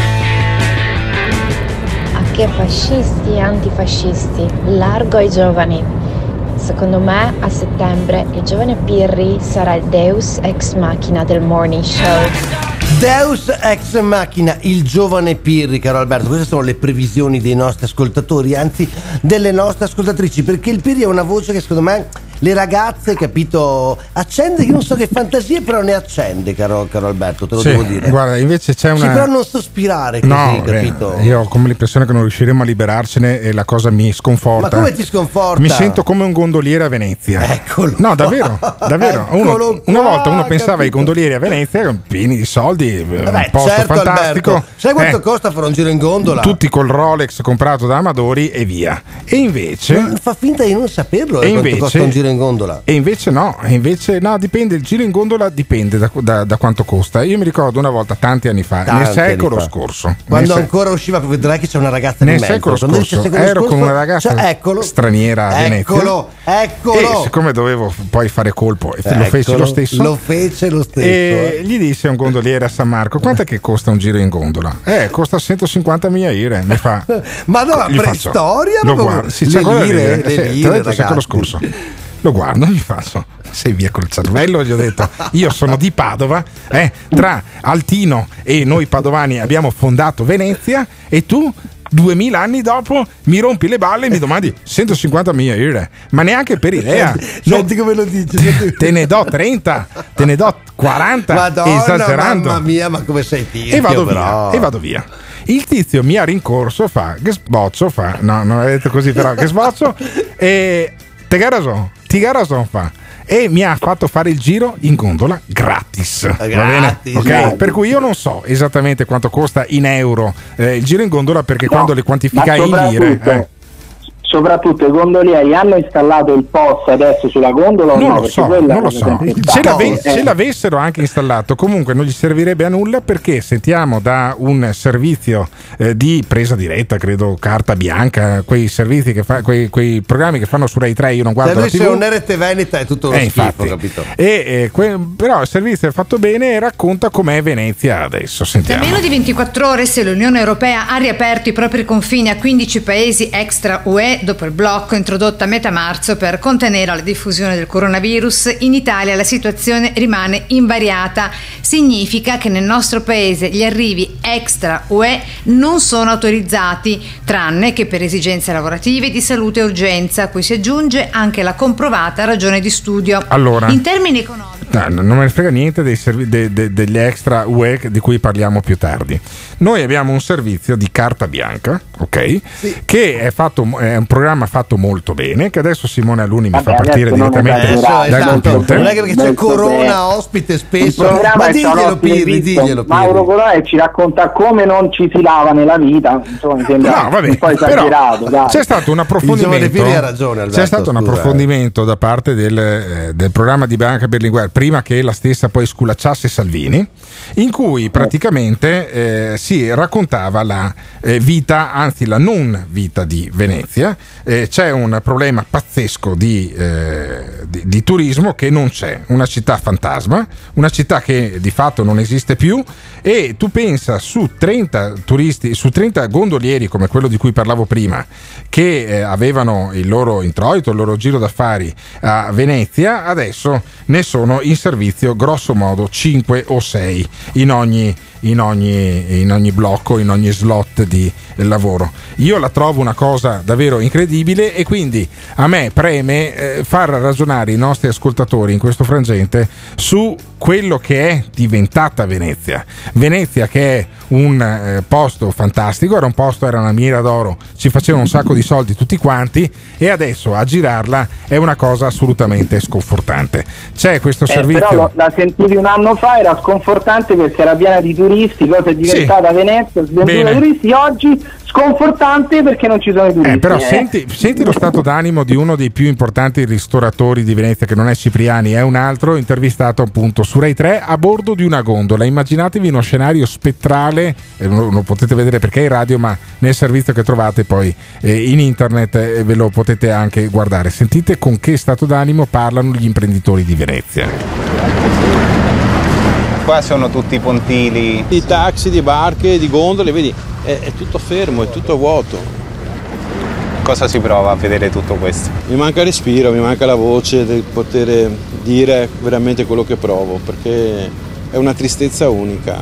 A che fascisti e antifascisti, largo ai giovani. Secondo me a settembre il giovane Pirri sarà il Deus ex machina del Morning Show. Deus ex machina, il giovane Pirri, caro Alberto. Queste sono le previsioni dei nostri ascoltatori, anzi delle nostre ascoltatrici, perché il Pirri ha una voce che secondo me le ragazze, capito, accende, io non so che fantasie, però ne accende, caro Alberto, te lo devo dire. Guarda, invece c'è una... Sì, però non sospirare così, capito? Io ho come l'impressione che non riusciremo a liberarcene e la cosa mi sconforta. Ma come ti sconforta? Mi sento come un gondoliere a Venezia. Eccolo. No, davvero. Una volta uno pensava ai gondolieri a Venezia pieni di soldi, un posto fantastico. Alberto, sai quanto costa fare un giro in gondola? Tutti col Rolex comprato da Amadori e via. E invece... fa finta di non saperlo, quanto costa un giro in gondola. E invece no, dipende, il giro in gondola dipende da quanto costa. Io mi ricordo una volta, tanti anni fa, nel secolo scorso, quando ancora usciva, vedrai che c'è una ragazza nel secolo scorso, ero con una ragazza straniera a Venezia. Eccolo. E siccome dovevo poi fare colpo e lo feci lo stesso. E gli disse a un gondoliere a San Marco: quanto è che costa un giro in gondola? Costa 150.000 lire. Mi fa: ma no, preistoria? Lo guardo, il secolo scorso. Lo guardo e gli faccio: sei via col cervello? Gli ho detto: io sono di Padova, tra Altino e noi padovani abbiamo fondato Venezia, e tu 2000 anni dopo mi rompi le balle e mi domandi 150.000 lire, ma neanche per idea. Senti come lo dici. Te ne do 30, te ne do 40. Madonna, esagerando. Mamma mia, ma come sei tizio? E vado via. Il tizio mi ha rincorso, che sboccio, no, non l'ha detto così, però che sboccio, e te che ragione? Tigara fa e mi ha fatto fare il giro in gondola gratis. Va bene? Okay? Per cui io non so esattamente quanto costa in euro il giro in gondola, perché quando le quantificai in lire soprattutto i gondolieri hanno installato il POS adesso sulla gondola o no? Non lo so. Se l'avessero anche installato, comunque non gli servirebbe a nulla, perché sentiamo da un servizio di presa diretta, credo Carta Bianca, quei servizi che quei programmi che fanno su Rai 3, io non guardo la TV. Se un RT Veneta è tutto lo schifo, capito? Però il servizio è fatto bene e racconta com'è Venezia adesso. Sentiamo. Da meno di 24 ore, se l'Unione Europea ha riaperto i propri confini a 15 paesi extra UE dopo il blocco introdotto a metà marzo per contenere la diffusione del coronavirus, in Italia la situazione rimane invariata. Significa che nel nostro paese gli arrivi extra UE non sono autorizzati, tranne che per esigenze lavorative, di salute e urgenza, a cui si aggiunge anche la comprovata ragione di studio. Allora, in termini economici, non me ne frega niente degli extra UE di cui parliamo più tardi. Noi abbiamo un servizio di carta bianca, ok? Sì. Che è un programma fatto molto bene, che adesso Simone Alunni mi fa partire direttamente dal computer. Non è che c'è Corona ospite spesso, ma diglielo Pirri, Mauro Corona ci racconta come non ci si lava nella vita, insomma, mi sembra un po' esagerato. C'è stato un approfondimento, c'è stato un approfondimento da parte del programma di Bianca Berlinguer, prima che la stessa poi sculacciasse Salvini, in cui praticamente si raccontava la vita, anzi la non vita di Venezia. C'è un problema pazzesco di turismo, che non c'è, una città fantasma, una città che di fatto non esiste più, e tu pensa su 30 turisti, su 30 gondolieri come quello di cui parlavo prima, che avevano il loro introito, il loro giro d'affari a Venezia, adesso ne sono in servizio grosso modo 5 o 6 in ogni blocco, in ogni slot di lavoro. Io la trovo una cosa davvero incredibile, e quindi a me preme far ragionare i nostri ascoltatori in questo frangente su quello che è diventata Venezia, che è un posto fantastico, era una miniera d'oro, ci facevano un sacco di soldi tutti quanti, e adesso a girarla è una cosa assolutamente sconfortante. C'è questo servizio, però la sentivi un anno fa, era sconfortante perché era piena di turisti, cosa è diventata Venezia, svenduta turisti. Oggi sconfortante perché non ci sono i turisti. Però senti lo stato d'animo di uno dei più importanti ristoratori di Venezia, che non è Cipriani, è un altro, intervistato appunto su Rai 3 a bordo di una gondola. Immaginatevi uno scenario spettrale, non lo potete vedere perché è in radio, ma nel servizio che trovate poi in internet ve lo potete anche guardare. Sentite con che stato d'animo parlano gli imprenditori di Venezia. Qua sono tutti pontili, di taxi, di barche, di gondole, vedi, è tutto fermo, è tutto vuoto. Cosa si prova a vedere tutto questo? Mi manca respiro, mi manca la voce del poter dire veramente quello che provo, perché è una tristezza unica.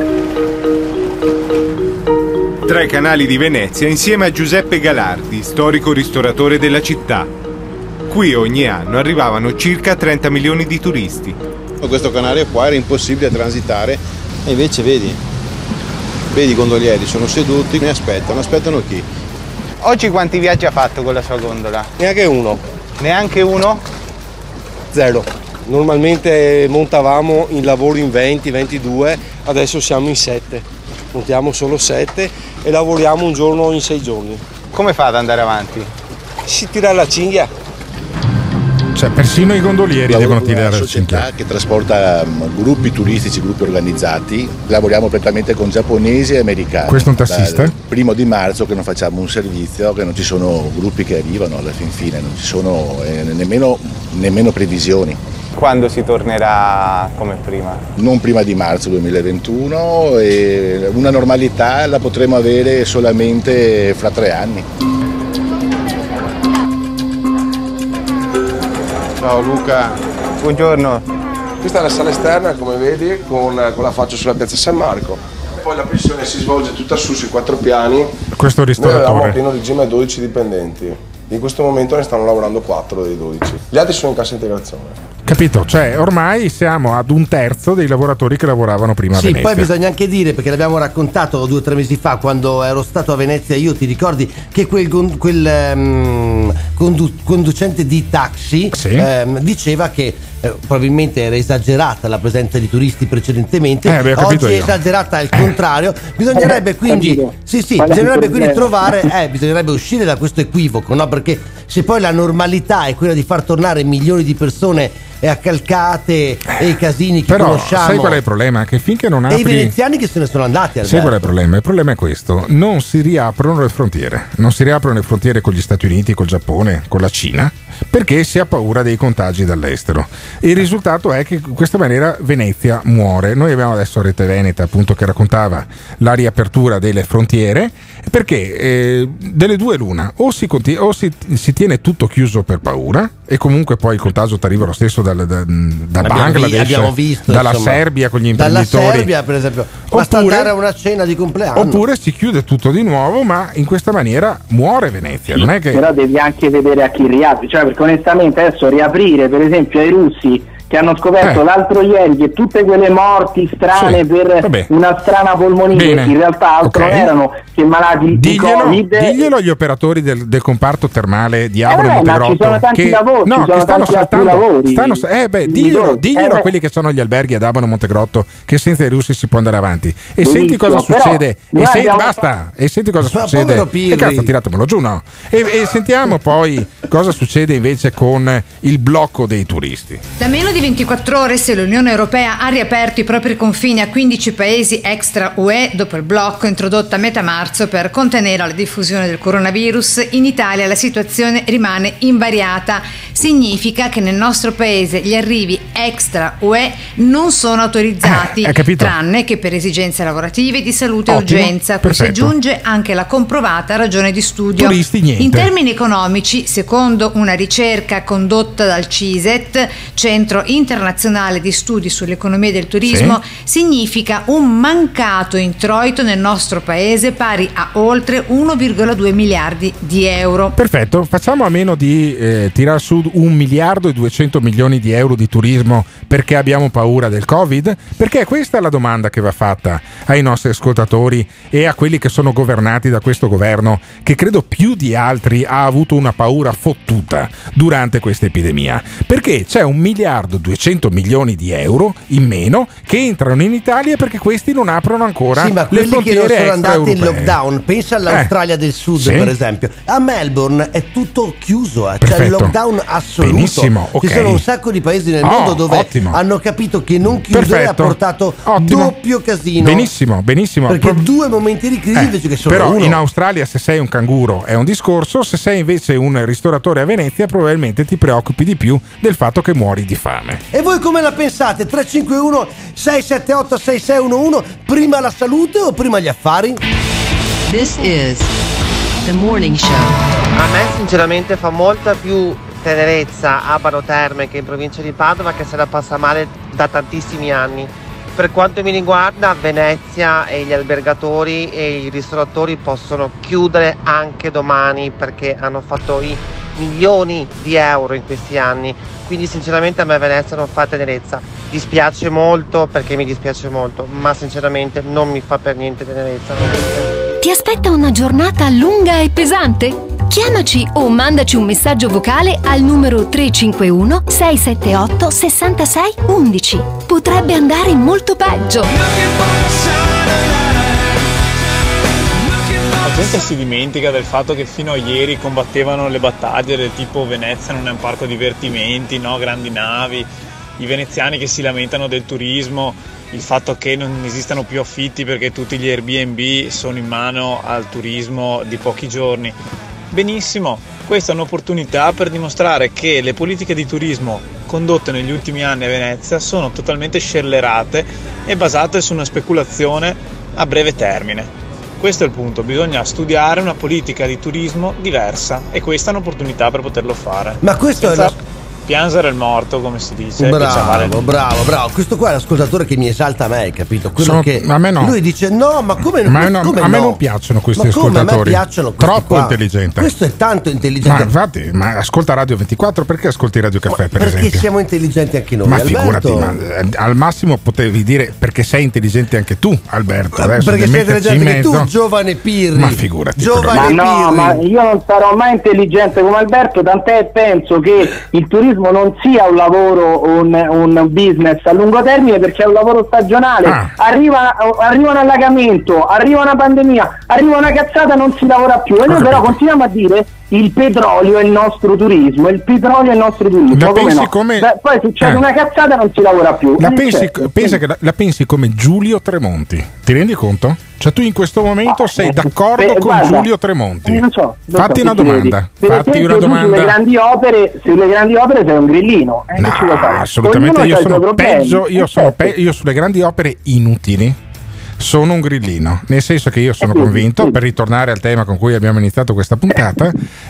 Tra i canali di Venezia, insieme a Giuseppe Galardi, storico ristoratore della città. Qui ogni anno arrivavano circa 30 milioni di turisti. Questo canale qua era impossibile transitare, e invece vedi i gondolieri sono seduti, mi aspettano chi? Oggi quanti viaggi ha fatto con la sua gondola? Neanche uno. Neanche uno? Zero. Normalmente montavamo in lavoro in 20, 22, adesso siamo in 7. Montiamo solo 7 e lavoriamo un giorno in 6 giorni. Come fa ad andare avanti? Si tira la cinghia. Cioè persino i gondolieri devono tirare la società che trasporta gruppi turistici, gruppi organizzati. Lavoriamo prettamente con giapponesi e americani. Questo è un tassista? Dal 1° marzo che non facciamo un servizio, che non ci sono gruppi che arrivano alla fin fine, non ci sono nemmeno previsioni. Quando si tornerà come prima? Non prima di marzo 2021, e una normalità la potremo avere solamente fra 3 anni. Ciao Luca. Buongiorno. Questa è la sala esterna, come vedi, con la faccia sulla piazza San Marco. Poi la pensione si svolge tutta sui 4 piani. Questo ristoratore. Noi avevamo a pieno regime 12 dipendenti. In questo momento ne stanno lavorando 4 dei 12. Gli altri sono in cassa integrazione. Capito? Cioè ormai siamo ad un terzo dei lavoratori che lavoravano prima a Venezia. Poi bisogna anche dire, perché l'abbiamo raccontato 2 o 3 mesi fa quando ero stato a Venezia io, ti ricordi che quel conducente di taxi diceva che probabilmente era esagerata la presenza di turisti precedentemente, oggi è esagerata al contrario. Bisognerebbe quindi bisognerebbe uscire da questo equivoco, no? Perché se poi la normalità è quella di far tornare milioni di persone accalcate e i casini che conosciamo. Sai qual è il problema? Che finché non apri... E i veneziani che se ne sono andati, Alberto. Sai qual è il problema? Il problema è questo: non si riaprono le frontiere. Non si riaprono le frontiere con gli Stati Uniti, col Giappone, con la Cina, perché si ha paura dei contagi dall'estero. E il risultato è che in questa maniera Venezia muore. Noi abbiamo adesso Rete Veneta, appunto, che raccontava la riapertura delle frontiere, perché delle due l'una: o si tiene tutto chiuso per paura, e comunque poi il contagio ti arriva lo stesso da Bangladesh, dalla Serbia con gli imprenditori. Dalla Serbia, per esempio, basta andare a una cena di compleanno. Oppure si chiude tutto di nuovo, ma in questa maniera muore Venezia. Non è che... Però devi anche vedere a chi riapri, cioè, perché onestamente adesso riaprire, per esempio, ai russi che hanno scoperto l'altro ieri che tutte quelle morti strane per una strana polmonite in realtà altro non erano che malati di Covid. Diglielo agli operatori del comparto termale di Avro Montegrotto, ci sono tanti lavori, diglielo a quelli che sono agli alberghi ad Abano Montegrotto, che senza i russi si può andare avanti. E senti cosa succede. E senti cosa succede. Che cazzo, tiratemelo giù, no? E sentiamo poi cosa succede invece con il blocco dei turisti. Da meno di 24 ore, se l'Unione Europea ha riaperto i propri confini a 15 paesi extra UE dopo il blocco introdotto a metà marzo per contenere la diffusione del coronavirus, in Italia la situazione rimane invariata. Significa che nel nostro paese gli arrivi extra UE non sono autorizzati, tranne che per esigenze lavorative, di salute e urgenza, a cui si aggiunge anche la comprovata ragione di studio. In termini economici, secondo una ricerca condotta dal CISET, Centro Internazionale di Studi sull'Economia del Turismo, significa un mancato introito nel nostro paese pari a oltre 1,2 miliardi di euro. Perfetto, facciamo a meno di tirar su 1 miliardo e 200 milioni di euro di turismo perché abbiamo paura del Covid? Perché questa è la domanda che va fatta ai nostri ascoltatori e a quelli che sono governati da questo governo, che credo più di altri ha avuto una paura fottuta durante questa epidemia, perché c'è 1 miliardo 200 milioni di euro in meno che entrano in Italia perché questi non aprono ancora le frontiere che non sono andati in lockdown. Pensa all'Australia del Sud, per esempio. A Melbourne è tutto chiuso, c'è il lockdown assoluto. Benissimo, Ci sono un sacco di paesi nel mondo dove hanno capito che non chiudere ha portato doppio casino. Benissimo. Perché 2 momenti di crisi invece che solo però uno. In Australia se sei un canguro è un discorso, se sei invece un ristoratore a Venezia probabilmente ti preoccupi di più del fatto che muori di fame. E voi come la pensate? 351 678 6611, prima la salute o prima gli affari? This is The Morning Show. A me sinceramente fa molta più tenerezza Abano Terme, che in provincia di Padova, che se la passa male da tantissimi anni. Per quanto mi riguarda, Venezia e gli albergatori e i ristoratori possono chiudere anche domani perché hanno fatto i milioni di euro in questi anni. Quindi sinceramente a me Venezia non fa tenerezza. Dispiace molto perché mi dispiace molto, ma sinceramente non mi fa per niente tenerezza. Ti aspetta una giornata lunga e pesante? Chiamaci o mandaci un messaggio vocale al numero 351 678 66 11. Potrebbe andare molto peggio. La gente si dimentica del fatto che fino a ieri combattevano le battaglie del tipo Venezia non è un parco divertimenti, no, grandi navi, i veneziani che si lamentano del turismo, il fatto che non esistano più affitti perché tutti gli Airbnb sono in mano al turismo di pochi giorni. Benissimo, questa è un'opportunità per dimostrare che le politiche di turismo condotte negli ultimi anni a Venezia sono totalmente scellerate e basate su una speculazione a breve termine. Questo è il punto, bisogna studiare una politica di turismo diversa e questa è un'opportunità per poterlo fare. Ma questo piangere il morto, come si dice. Bravo. Questo qua è l'ascoltatore che mi esalta a me, capito? A me no. Lui dice no, ma come a me non piacciono questi ascoltatori. A me piacciono troppo intelligente. Questo è tanto intelligente. Ma infatti, ascolta Radio 24, perché ascolti Radio Caffè, per esempio? Perché siamo intelligenti anche noi. Ma Alberto, figurati, al massimo potevi dire perché sei intelligente anche tu, Alberto. Adesso perché sei intelligente anche tu, giovane Pirri. Ma figurati. Ma io non sarò mai intelligente come Alberto, tant'è penso che il turismo non sia un lavoro, un business a lungo termine, perché è un lavoro stagionale. Arriva un allagamento, arriva una pandemia, arriva una cazzata, non si lavora più. E noi però continuiamo a dire il petrolio è il nostro turismo, poi succede una cazzata, non si lavora più. La pensi come Giulio Tremonti, ti rendi conto? Cioè tu in questo momento sei d'accordo con Giulio Tremonti? Non so, fatti una domanda. Sulle grandi opere sei un grillino. No, assolutamente. Io sulle grandi opere inutili sono un grillino, nel senso che io sono convinto, per ritornare al tema con cui abbiamo iniziato questa puntata,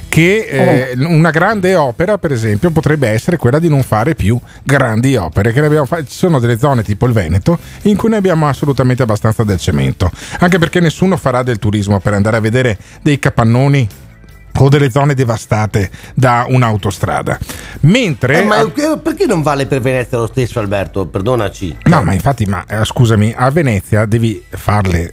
che una grande opera, per esempio, potrebbe essere quella di non fare più grandi opere, che ci sono delle zone tipo il Veneto in cui ne abbiamo assolutamente abbastanza del cemento, anche perché nessuno farà del turismo per andare a vedere dei capannoni o delle zone devastate da un'autostrada. Mentre perché non vale per Venezia lo stesso, Alberto? Perdonaci. No, ma infatti, scusami, a Venezia devi farle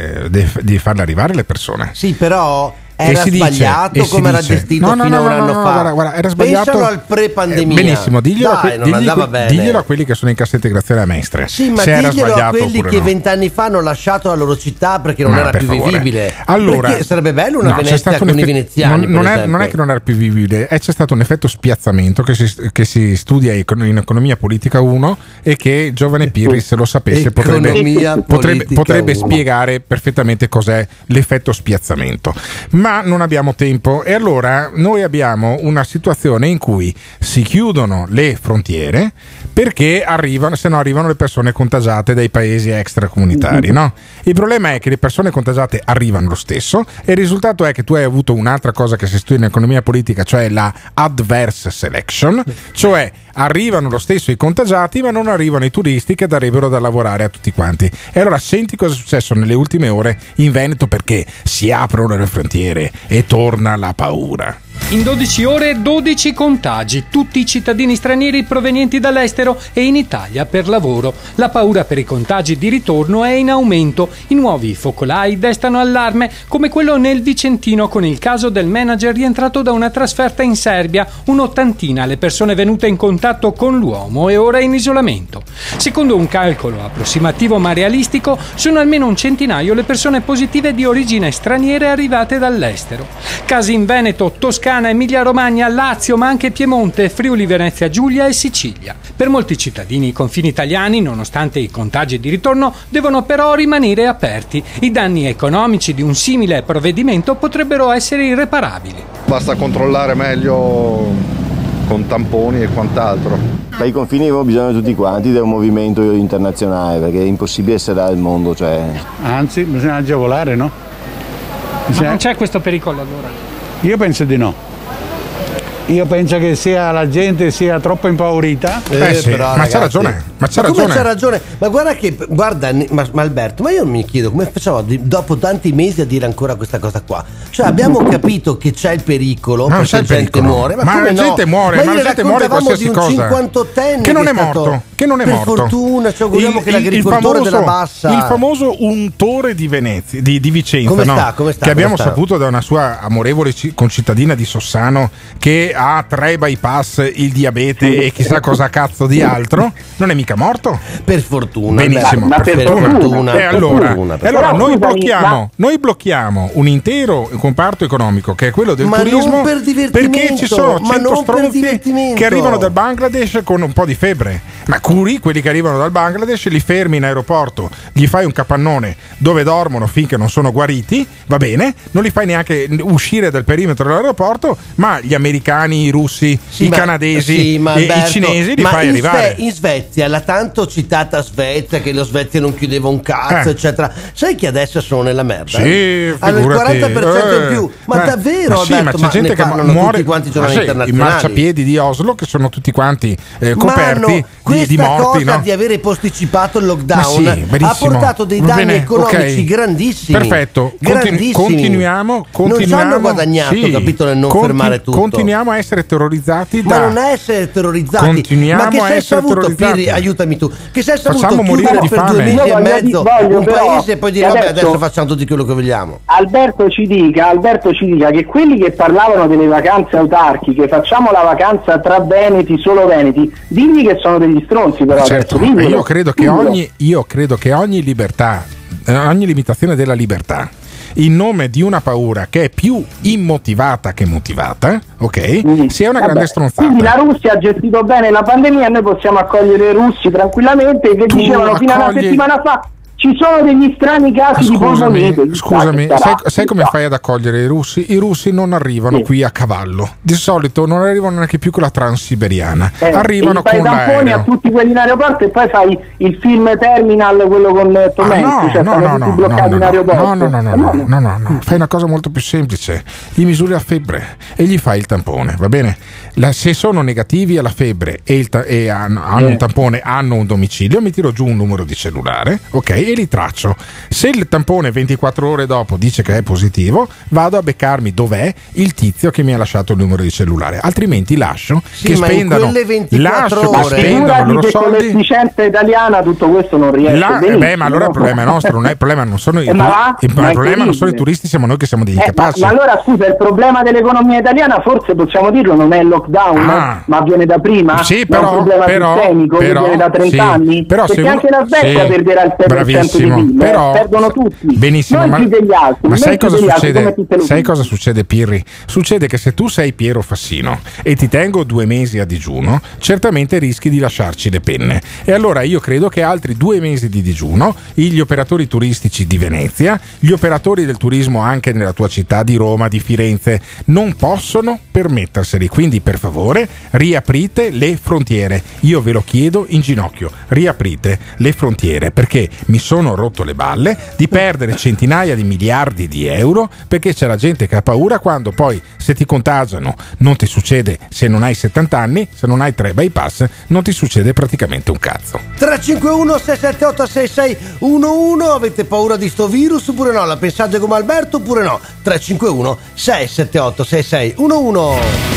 arrivare le persone. Sì, però era sbagliato come era gestito fino a un anno fa. Guarda, era sbagliato. Pensalo al pre-pandemia. Benissimo, diglielo a quelli che sono in cassa integrazione a Mestre. Sì, ma diglielo a quelli che 20 anni fa hanno lasciato la loro città perché non era più vivibile. Allora, perché sarebbe bello una Venezia con i veneziani. Non è che non era più vivibile, c'è stato un effetto spiazzamento che si studia in economia politica 1 e che giovane Pirri, se lo sapesse, potrebbe spiegare perfettamente cos'è l'effetto spiazzamento. Ma non abbiamo tempo, e allora noi abbiamo una situazione in cui si chiudono le frontiere perché se no arrivano le persone contagiate dai paesi extracomunitari, no? Il problema è che le persone contagiate arrivano lo stesso, e il risultato è che tu hai avuto un'altra cosa che si studia in economia politica, cioè la adverse selection, cioè arrivano lo stesso i contagiati ma non arrivano i turisti che darebbero da lavorare a tutti quanti. E allora senti cosa è successo nelle ultime ore in Veneto, perché si aprono le frontiere e torna la paura. In 12 ore 12 contagi, tutti i cittadini stranieri provenienti dall'estero e in Italia per lavoro. La paura per i contagi di ritorno è in aumento. I nuovi focolai destano allarme, come quello nel Vicentino con il caso del manager rientrato da una trasferta in Serbia. Un'ottantina le persone venute in contatto con l'uomo e ora in isolamento. Secondo un calcolo approssimativo ma realistico, sono almeno un centinaio le persone positive di origine straniere arrivate dall'estero. Casi in Veneto, Toscana, Emilia-Romagna, Lazio, ma anche Piemonte, Friuli, Venezia Giulia e Sicilia. Per molti cittadini i confini italiani, nonostante i contagi di ritorno, devono però rimanere aperti. I danni economici di un simile provvedimento potrebbero essere irreparabili. Basta controllare meglio con tamponi e quant'altro. Per i confini abbiamo bisogno tutti quanti del movimento internazionale, perché è impossibile essere al mondo. Anzi, bisogna agevolare, no? Ma non c'è questo pericolo allora? Io penso di no. Io penso che la gente sia troppo impaurita. Sì, però, ma c'ha ragione. Ma c'ha ragione. Ma guarda, ma Alberto, ma io mi chiedo come facciamo dopo tanti mesi a dire ancora questa cosa qua. Cioè abbiamo capito che c'è il pericolo, ma perché la gente muore. Ma la gente muore, ma la gente muore qualsiasi cosa. 58enne che non è morto. Che non è morto. Per fortuna, ci auguriamo che l'agricoltore della Bassa. Il famoso untore di Venezia, di Vicenza, come sta, che abbiamo saputo da una sua amorevole concittadina di Sossano, che ha 3 bypass, il diabete e chissà cosa cazzo di altro, non è mica morto. Per fortuna. Benissimo, per fortuna. E allora noi blocchiamo un intero comparto economico che è quello del turismo, non per perché ci sono 100 stronzi che arrivano dal Bangladesh con un po' di febbre. Ma curi quelli che arrivano dal Bangladesh, li fermi in aeroporto, gli fai un capannone dove dormono finché non sono guariti, va bene, non li fai neanche uscire dal perimetro dell'aeroporto, ma gli americani, i russi, i canadesi e i cinesi li fai arrivare. In Svezia, la tanto citata Svezia, che la Svezia non chiudeva un cazzo, eccetera, sai che adesso sono nella merda? Sì, hanno il 40% in più, ma davvero? Ma sì, Alberto, ma c'è gente che muore tutti quanti i giornali internazionali. I marciapiedi di Oslo che sono tutti quanti coperti di morti, cosa no? di avere posticipato il lockdown ha sì, portato dei danni economici grandissimi. Perfetto, grandissimi. Non ci hanno guadagnato, capito, nel non fermare tutto. Continuiamo a essere terrorizzati ma non essere terrorizzati, ma che sei saputo, Pirri, aiutami tu, che sei saputo chiudere per 2 mesi e mezzo un paese e poi dire vabbè, adesso facciamo tutti quello che vogliamo. Alberto ci dica che quelli che parlavano delle vacanze autarchiche, facciamo la vacanza tra veneti, solo veneti, digli che sono degli stronzi, però certo, io credo che ogni libertà, ogni limitazione della libertà in nome di una paura che è più immotivata che motivata, ok? Sia una grande stronzata. Quindi la Russia ha gestito bene la pandemia e noi possiamo accogliere i russi tranquillamente, che dicevano fino a una settimana fa ci sono degli strani casi di polmonite. Scusami, sai come fai ad accogliere i russi? I russi non arrivano qui a cavallo. Di solito non arrivano neanche più con la Transiberiana. Arrivano con l'aereo. Fai tamponi a tutti quelli in aeroporto e poi fai il film Terminal, quello con Tom Hanks, bloccati in aeroporto. No. Fai una cosa molto più semplice. Gli misuri la febbre e gli fai il tampone, va bene? Se sono negativi alla febbre e hanno un tampone, hanno un domicilio, mi tiro giù un numero di cellulare, ok? E li traccio. Se il tampone 24 ore dopo dice che è positivo, vado a beccarmi dov'è il tizio che mi ha lasciato il numero di cellulare, altrimenti lascio che spendano i loro soldi. L'efficienza italiana tutto questo non riesce. Ma allora il problema è nostro, non è il problema, non sono il problema non sono i turisti, siamo noi che siamo degli incapaci. Ma allora scusa, il problema dell'economia italiana forse possiamo dirlo, non è il lockdown, ma viene da prima? Sì, però, è un problema sistemico che viene da 30 anni? Però perché anche la Svezia perderà il 6% di PIL, perdono tutti. Benissimo, non più degli altri. Ma sai cosa succede? Sai cosa succede, Pirri? Succede che se tu sei Piero Fassino e ti tengo 2 mesi a digiuno, certamente rischi di lasciarci le penne. E allora io credo che altri 2 mesi di digiuno gli operatori turistici di Venezia, gli operatori del turismo anche nella tua città di Roma, di Firenze, non possono permetterseli. Quindi per favore riaprite le frontiere. Io ve lo chiedo in ginocchio, riaprite le frontiere, perché mi sono rotto le balle di perdere centinaia di miliardi di euro perché c'è la gente che ha paura, quando poi se ti contagiano non ti succede, se non hai 70 anni, se non hai 3 bypass non ti succede praticamente un cazzo. 351 678 6611, avete paura di sto virus oppure no? La pensate come Alberto oppure no? 351 678 6611.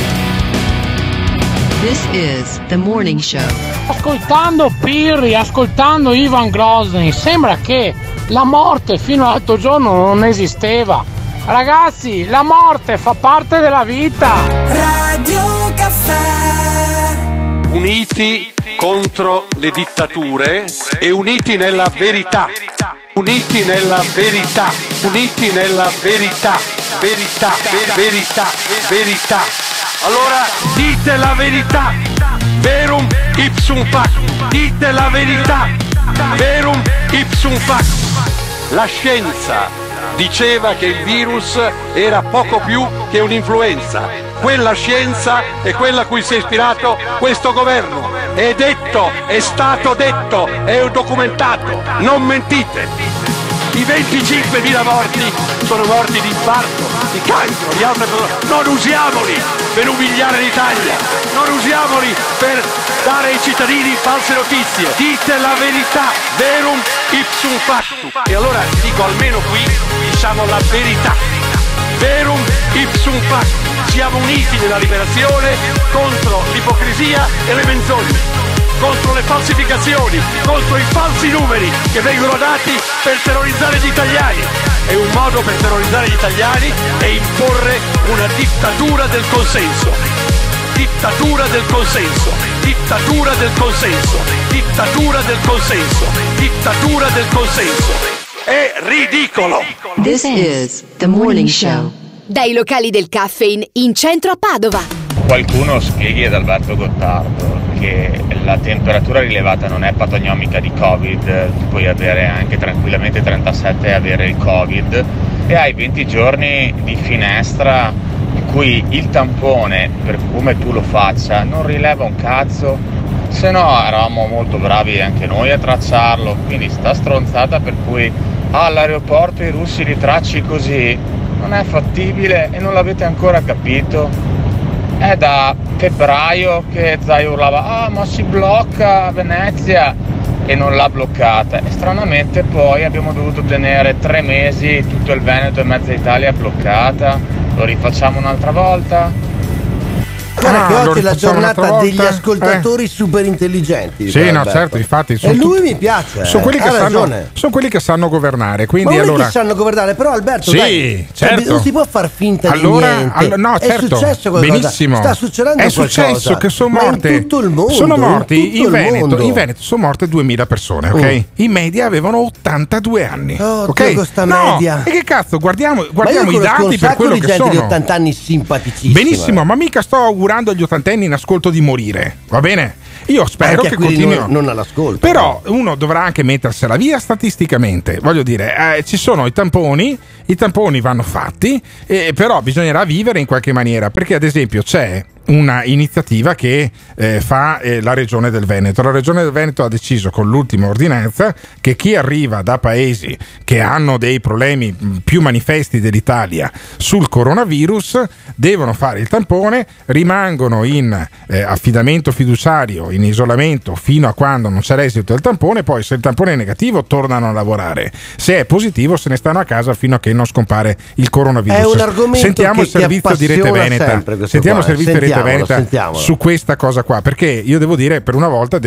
This is the morning show. Ascoltando Pirri, ascoltando Ivan Grozny, sembra che la morte fino all'altro giorno non esisteva. Ragazzi, la morte fa parte della vita. Radio Caffè. Uniti contro le dittature e uniti nella verità. Uniti nella verità. Uniti nella verità. Verità, verità, verità. Allora dite la verità, verum ipsum fac, dite la verità, verum ipsum fac. La scienza diceva che il virus era poco più che un'influenza. Quella scienza è quella a cui si è ispirato questo governo. È detto, è stato detto, è documentato, non mentite. I 25.000 morti sono morti di infarto, di cancro, di altre cose. Non usiamoli per umiliare l'Italia, non usiamoli per dare ai cittadini false notizie. Dite la verità, verum ipsum factum. E allora dico, almeno qui diciamo la verità. Verum ipsum factum. Siamo uniti nella liberazione contro l'ipocrisia e le menzogne, contro le falsificazioni, contro i falsi numeri che vengono dati per terrorizzare gli italiani. E un modo per terrorizzare gli italiani è imporre una dittatura del consenso. Dittatura del consenso. Dittatura del consenso. Dittatura del consenso. Dittatura del consenso. È ridicolo. This is the morning show. Dai locali del Caffeine in centro a Padova. qualcuno spieghi ad Alberto Gottardo che la temperatura rilevata non è patognomica di Covid, tu puoi avere anche tranquillamente 37 e avere il Covid, e hai 20 giorni di finestra in cui il tampone, per come tu lo faccia, non rileva un cazzo, se no eravamo molto bravi anche noi a tracciarlo. Quindi sta stronzata per cui all'aeroporto i russi li tracci così non è fattibile e non l'avete ancora capito. È da febbraio che Zai urlava ma si blocca Venezia, e non l'ha bloccata, e stranamente poi abbiamo dovuto tenere 3 mesi tutto il Veneto e mezza Italia bloccata. Lo rifacciamo un'altra volta? Guarda che oggi è la giornata degli ascoltatori super intelligenti. Sì, no, certo, infatti. E lui mi piace. Sono quelli che sanno governare. Quindi ma allora che sanno governare, però Alberto, sì, dai, certo. Non si può far finta di niente. No, certo. È successo qualcosa. Benissimo. Sta succedendo è qualcosa. È successo che sono morte. In tutto il mondo. Sono morti in Veneto. In Veneto sono morte 2000 persone, ok? In media avevano 82 anni. Ok? Questa media. E che cazzo, guardiamo i dati per quello che sono. Di 80 anni simpaticissimi. Benissimo, ma mica sto augurando agli ottantenni in ascolto di morire, va bene? Io spero anche che continuino. Non all'ascolto. Però uno dovrà anche mettersela via statisticamente. Voglio dire, ci sono i tamponi vanno fatti, però bisognerà vivere in qualche maniera, perché ad esempio c'è una iniziativa che fa la Regione del Veneto. La Regione del Veneto ha deciso con l'ultima ordinanza che chi arriva da paesi che hanno dei problemi più manifesti dell'Italia sul coronavirus devono fare il tampone, rimangono in affidamento fiduciario, in isolamento fino a quando non c'è l'esito del tampone, poi se il tampone è negativo tornano a lavorare, se è positivo se ne stanno a casa fino a che non scompare il coronavirus. È un argomento sentiamo il servizio di Rete Veneta, sentiamo il servizio di Rete Veneta su questa cosa qua, perché io devo dire, per una volta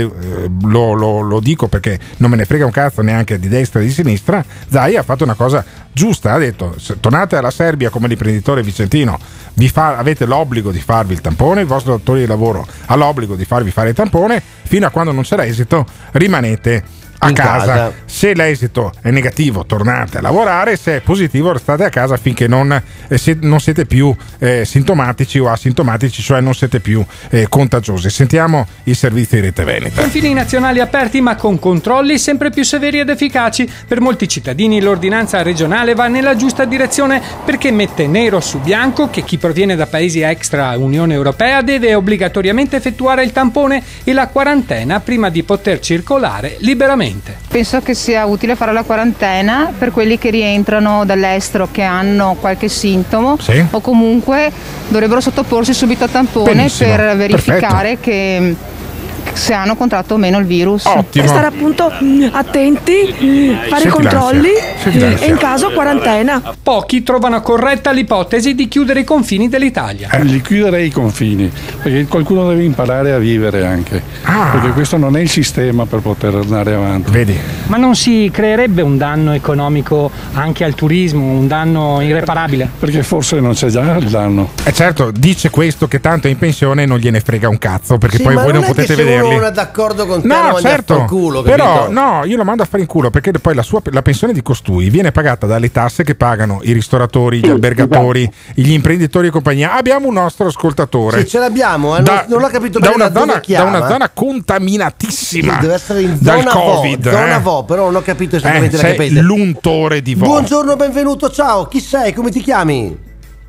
lo dico perché non me ne frega un cazzo neanche di destra e di sinistra, Zai ha fatto una cosa giusta, ha detto: tornate alla Serbia come l'imprenditore vicentino, avete l'obbligo di farvi il tampone, il vostro datore di lavoro ha l'obbligo di farvi fare il tampone, fino a quando non c'è l'esito rimanete a casa. Se l'esito è negativo tornate a lavorare, se è positivo restate a casa finché non siete più sintomatici o asintomatici, cioè non siete più contagiosi. Sentiamo il servizio di Rete Veneta. Confini nazionali aperti ma con controlli sempre più severi ed efficaci. Per molti cittadini l'ordinanza regionale va nella giusta direzione, perché mette nero su bianco che chi proviene da paesi extra Unione Europea deve obbligatoriamente effettuare il tampone e la quarantena prima di poter circolare liberamente. Penso che sia utile fare la quarantena per quelli che rientrano dall'estero che hanno qualche sintomo, sì, o comunque dovrebbero sottoporsi subito a tampone. Benissimo, per verificare che se hanno contratto o meno il virus. Ottimo. E stare appunto attenti, fare i controlli e in caso quarantena. Pochi trovano corretta l'ipotesi di chiudere i confini dell'Italia. Li chiuderei i confini, perché qualcuno deve imparare a vivere anche, perché questo non è il sistema per poter andare avanti. Vedi? Ma non si creerebbe un danno economico anche al turismo, un danno irreparabile? Perché forse non c'è già il danno. Certo, dice questo che tanto è in pensione non gliene frega un cazzo, perché poi voi non potete vedere. Non è d'accordo con te, no, certo, a far culo, però no, io lo mando a fare in culo, perché poi la pensione di costui viene pagata dalle tasse che pagano i ristoratori, gli albergatori, gli imprenditori e compagnia. Abbiamo un nostro ascoltatore. Sì, ce l'abbiamo, non ho capito bene da una zona contaminatissima, sì, deve essere in dal zona Covid, zona Vo, però non ho capito esattamente la sei l'untore di Vo. Buongiorno, benvenuto, ciao, chi sei, come ti chiami?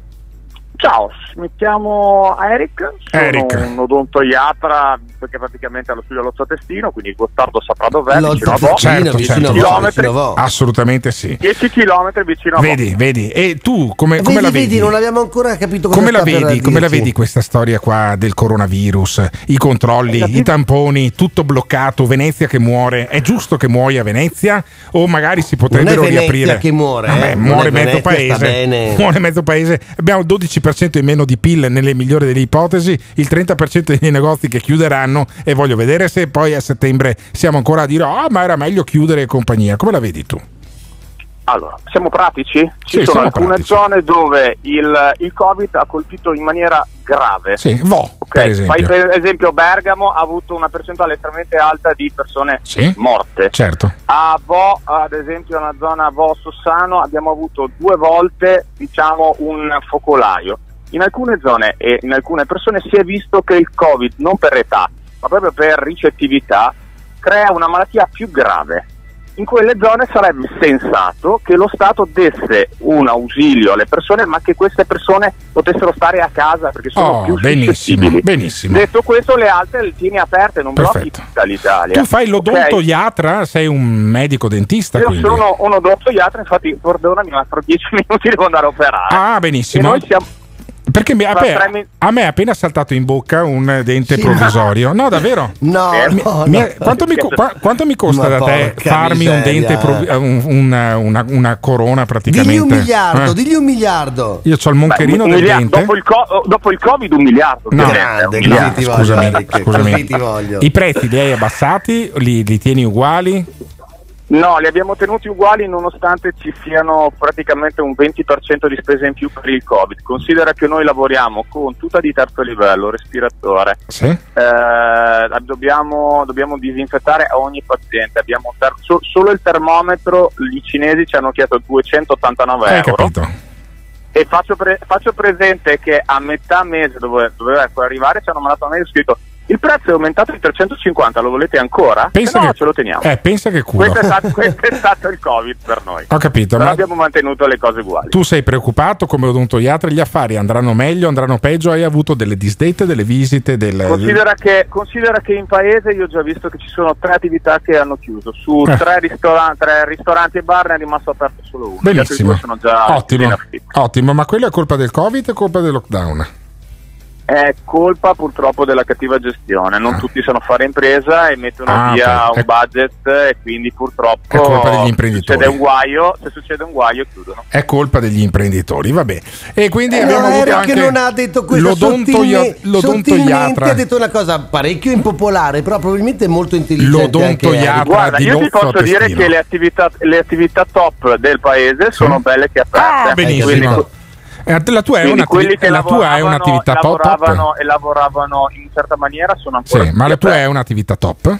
Ciao, mi chiamo Eric, sono un odontoiatra perché praticamente allo studio Lozzo Testino, quindi Gottardo saprà dov'è, vicino a Vo. Certo, 10 chilometri. Assolutamente sì. 10 chilometri vicino a Vo. Vedi, e tu come la vedi? Non abbiamo ancora capito come la vedi questa storia qua del coronavirus, i controlli, i tamponi, tutto bloccato, Venezia che muore. È giusto che muoia Venezia o magari si potrebbero riaprire? Che muore, vabbè, muore mezzo paese. Muore mezzo paese. Abbiamo 12% in meno di PIL nelle migliori delle ipotesi, il 30% dei negozi che chiuderanno, e voglio vedere se poi a settembre siamo ancora a dire ma era meglio chiudere e compagnia. Come la vedi tu? Allora, siamo pratici? Ci sono alcune zone dove il Covid ha colpito in maniera grave. Sì, Vo, per esempio. Fai per esempio Bergamo ha avuto una percentuale estremamente alta di persone morte. Certo. A Vo, ad esempio, nella zona Vo Sossano abbiamo avuto 2 volte, diciamo, un focolaio. in alcune zone e in alcune persone si è visto che il Covid, non per età, ma proprio per ricettività, crea una malattia più grave. In quelle zone sarebbe sensato che lo Stato desse un ausilio alle persone, ma che queste persone potessero stare a casa perché sono più suscettibili. Benissimo. Detto questo, le altre le tieni aperte, non blocchi tutta l'Italia. Tu fai l'odontoiatra, sei un medico dentista? Io quindi. sono un odontoiatra, infatti, perdonami, ma fra 10 minuti devo andare a operare. Ah, benissimo. E noi siamo... Perché a me è appena saltato in bocca un dente provvisorio. No, davvero? No, quanto mi costa da te farmi un dente una corona praticamente? Digli un miliardo. Io c'ho il moncherino del dente. Dopo il Covid $1 miliardo. No, scusami. I prezzi li hai abbassati? Li tieni uguali? No, li abbiamo tenuti uguali nonostante ci siano praticamente un 20% di spese in più per il Covid. Considera che noi lavoriamo con tuta di terzo livello, respiratore. Sì. Dobbiamo disinfettare a ogni paziente. Abbiamo solo il termometro, i cinesi ci hanno chiesto 289 Hai euro. Capito. E faccio presente che a metà mese doveva arrivare, ci hanno mandato a me scritto: il prezzo è aumentato di 350, lo volete ancora? No, ce lo teniamo. Pensa che culo. Questo è stato il Covid per noi. Ho capito, però ma abbiamo mantenuto le cose uguali. Tu sei preoccupato come odontoiatra? Gli affari andranno meglio, andranno peggio? Hai avuto delle disdette, delle visite? Considera che in paese io ho già visto che ci sono 3 attività che hanno chiuso. Su 3 ristoranti e bar ne è rimasto aperto solo uno. Benissimo. Sono già Ottimo, ma quello è colpa del Covid o colpa del lockdown? È colpa purtroppo della cattiva gestione, non tutti sanno fare impresa e mettono via un budget e quindi purtroppo è colpa degli imprenditori. Se succede un guaio chiudono. È colpa degli imprenditori, vabbè. E quindi abbiamo avuto anche che non ha detto questo sottilmente, ha detto una cosa parecchio impopolare, però probabilmente molto intelligente. L'odontoiatra. Guarda, io ti posso dire che le attività top del paese sono belle che aperte. Benissimo. La tua è un'attività top e lavoravano in certa maniera sono ancora ma la tua è un'attività top?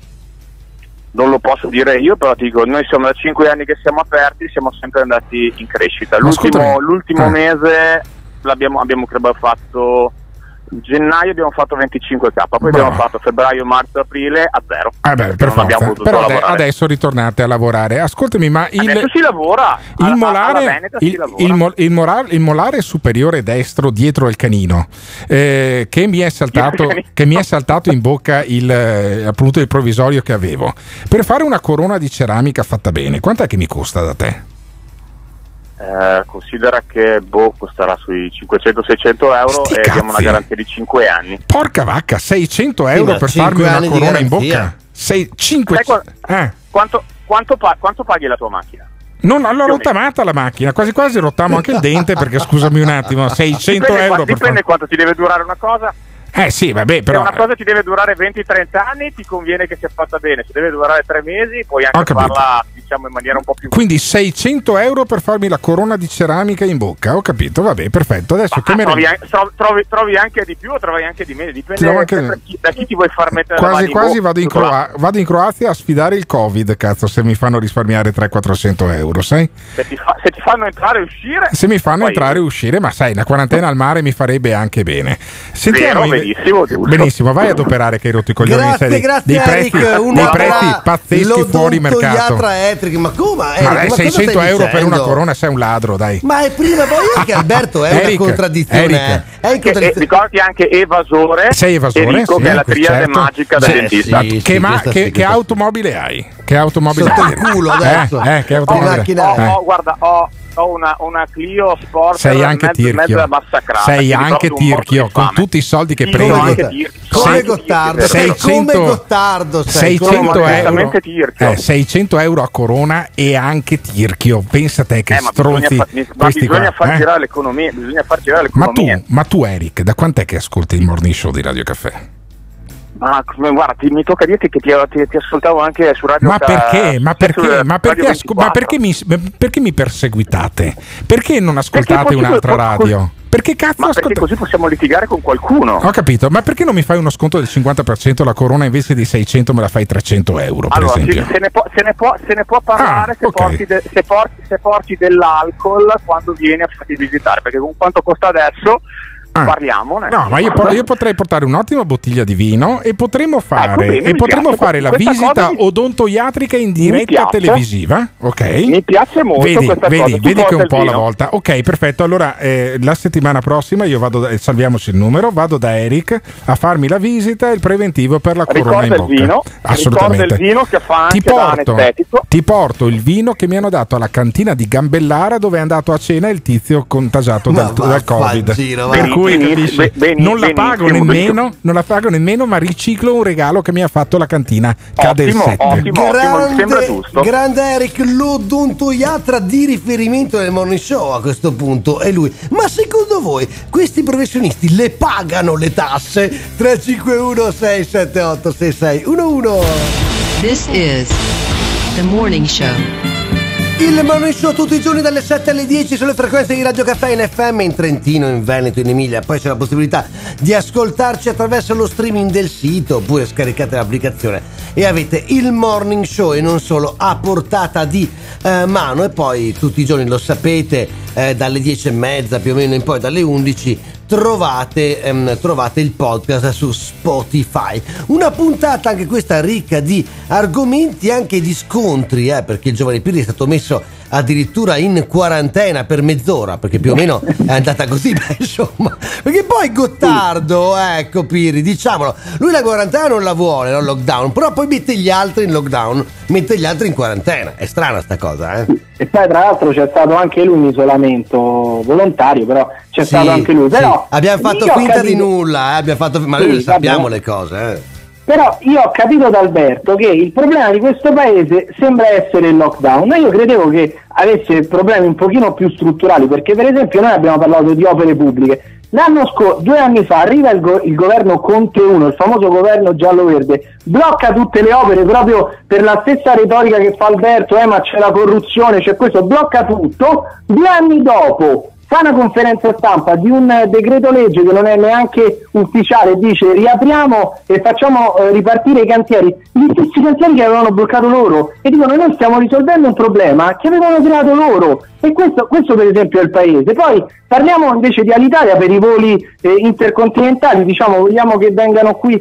Non lo posso dire io, però ti dico, noi siamo da 5 anni che siamo aperti, siamo sempre andati in crescita. L'ultimo mese abbiamo credo fatto gennaio, abbiamo fatto 25k, poi abbiamo fatto febbraio, marzo, aprile a zero. Però adesso ritornate a lavorare. Ascoltami, ma adesso si lavora. Il molare superiore destro dietro al canino che mi è saltato in bocca appunto il provvisorio che avevo. Per fare una corona di ceramica fatta bene, quant'è che mi costa da te? Considera che costerà sui 500-600 euro e abbiamo una garanzia di 5 anni. Porca vacca, 600 euro per farmi una corona in bocca? Quanto paghi la tua macchina? Non l'ho rottamata la macchina, quasi quasi rottamo anche il dente perché scusami un attimo, 600 euro dipende quanto ti deve durare una cosa. Sì, vabbè, però se una cosa ti deve durare 20-30 anni, ti conviene che sia fatta bene. Se deve durare 3 mesi, puoi anche farla, diciamo, in maniera un po' più. Quindi 600 euro per farmi la corona di ceramica in bocca, ho capito, vabbè, perfetto. Adesso che trovi anche di più o trovi anche di meno, dipende da chi ti vuoi far mettere quasi vado in Croazia a sfidare il Covid, cazzo, se mi fanno risparmiare 300-400 euro, sai? Se ti fanno entrare e uscire. Se mi fanno entrare e uscire, ma sai, la quarantena al mare mi farebbe anche bene. Sentiamo. Benissimo, vai ad operare che hai rotto i coglioni. Grazie prezzi pazzeschi fuori mercato. Ma come? 600 euro per una corona, sei un ladro, dai. Ma è prima poi anche Alberto è una contraddizione. Ricordi anche evasore. Sei evasore, che è la triade magica del dentista. Che automobile hai? Che automobile hai? Sotto il culo adesso. Che automobile hai? Guarda, ho una Clio Sport. Sei anche tirchio. Sei anche tirchio con tutti i soldi che prendi. Come Gottardo. 600 euro a corona e anche tirchio. Pensa te che stronzi. Bisogna far girare l'economia. Ma tu, Eric, da quant'è che ascolti il Morning Show di Radio Caffè? Ma guarda, mi tocca dirti che ti ascoltavo anche su radio. Ma perché? Perché mi perseguitate? Perché non ascoltate un'altra radio? Perché cazzo ascoltate? Perché così possiamo litigare con qualcuno. Ho capito, ma perché non mi fai uno sconto del 50% la corona invece di 600 me la fai 300 euro, per esempio? Se ne può parlare se porti dell'alcol quando vieni a farti visitare, perché con quanto costa adesso parliamone. No, ma io potrei portare un'ottima bottiglia di vino e potremmo fare, fare la visita odontoiatrica in diretta televisiva. Ok? Mi piace molto questa cosa. Vedi che un po' alla volta. Ok, perfetto. Allora la settimana prossima io vado, salviamoci il numero, vado da Eric a farmi la visita e il preventivo per la corona in bocca. Vino, assolutamente. Il vino che fa anche ti porto il vino che mi hanno dato alla cantina di Gambellara dove è andato a cena il tizio contagiato dal Covid. Per cui non la pago nemmeno, ma riciclo un regalo che mi ha fatto la cantina. Cade il 7. Grande Eric, l'odontoiatra di riferimento del Morning Show a questo punto è lui. Ma secondo voi questi professionisti le pagano le tasse? 351 678 6611. This is the Morning Show. Il Morning Show tutti i giorni dalle 7 alle 10 sulle frequenze di Radio Caffè in FM in Trentino, in Veneto, in Emilia. Poi c'è la possibilità di ascoltarci attraverso lo streaming del sito, oppure scaricate l'applicazione e avete il Morning Show, e non solo, a portata di mano. E poi tutti i giorni, lo sapete, dalle 10:30 più o meno in poi, dalle 11 trovate il podcast su Spotify. Una puntata anche questa ricca di argomenti, anche di scontri, perché il giovane Pirri è stato messo addirittura in quarantena per mezz'ora, perché più o meno è andata così, insomma, perché poi Gottardo, ecco Pirri, diciamolo, lui la quarantena non la vuole, no, lockdown, però poi mette gli altri in lockdown, mette gli altri in quarantena. È strana sta cosa, E poi tra l'altro c'è stato anche lui un isolamento volontario, però c'è stato anche lui. Però abbiamo fatto finta di nulla, ma noi le sappiamo le cose, Però io ho capito da Alberto che il problema di questo paese sembra essere il lockdown. Io credevo che avesse problemi un pochino più strutturali, perché per esempio noi abbiamo parlato di opere pubbliche. 2 anni fa arriva il governo Conte 1, il famoso governo giallo-verde, blocca tutte le opere proprio per la stessa retorica che fa Alberto, ma c'è la corruzione, c'è questo, blocca tutto. 2 anni dopo fa una conferenza stampa di un decreto legge che non è neanche ufficiale, dice riapriamo e facciamo ripartire i cantieri, gli stessi cantieri che avevano bloccato loro, e dicono noi stiamo risolvendo un problema che avevano creato loro. E questo per esempio è il paese. Poi parliamo invece di Alitalia per i voli intercontinentali, vogliamo che vengano qui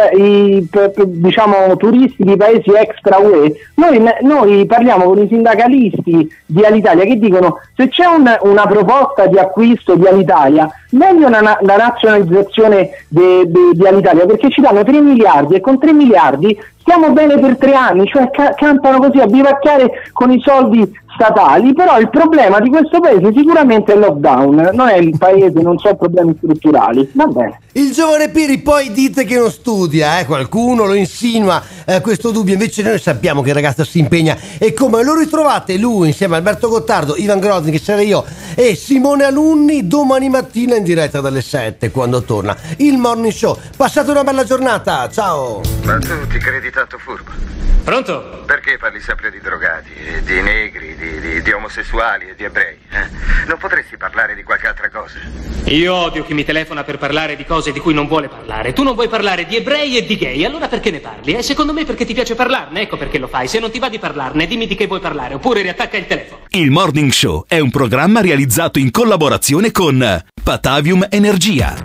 turisti di paesi extra UE. Noi parliamo con i sindacalisti di Alitalia che dicono se c'è una proposta di acquisto di Alitalia, meglio la nazionalizzazione di Alitalia, perché ci danno 3 miliardi e con 3 miliardi stiamo bene per 3 anni, cioè campano così a bivacchiare con i soldi statali. Però il problema di questo paese sicuramente è il lockdown, non è il paese, non sono problemi strutturali. Va bene. Il giovane Pirri, poi dite che non studia, qualcuno lo insinua questo dubbio, invece noi sappiamo che il ragazzo si impegna. E come lo ritrovate lui insieme a Alberto Gottardo, Ivan Grozny, che sarei io, e Simone Alunni domani mattina in diretta dalle 7 quando torna il Morning Show. Passate una bella giornata, ciao. Ma tu ti credi tanto furbo? Pronto? Perché parli sempre di drogati, di negri, di omosessuali e di ebrei? Non potresti parlare di qualche altra cosa? Io odio chi mi telefona per parlare di cose di cui non vuole parlare. Tu non vuoi parlare di ebrei e di gay, allora perché ne parli? Secondo me perché ti piace parlarne, ecco perché lo fai. Se non ti va di parlarne, dimmi di che vuoi parlare, oppure riattacca il telefono. Il Morning Show è un programma realizzato in collaborazione con Patavium Energia.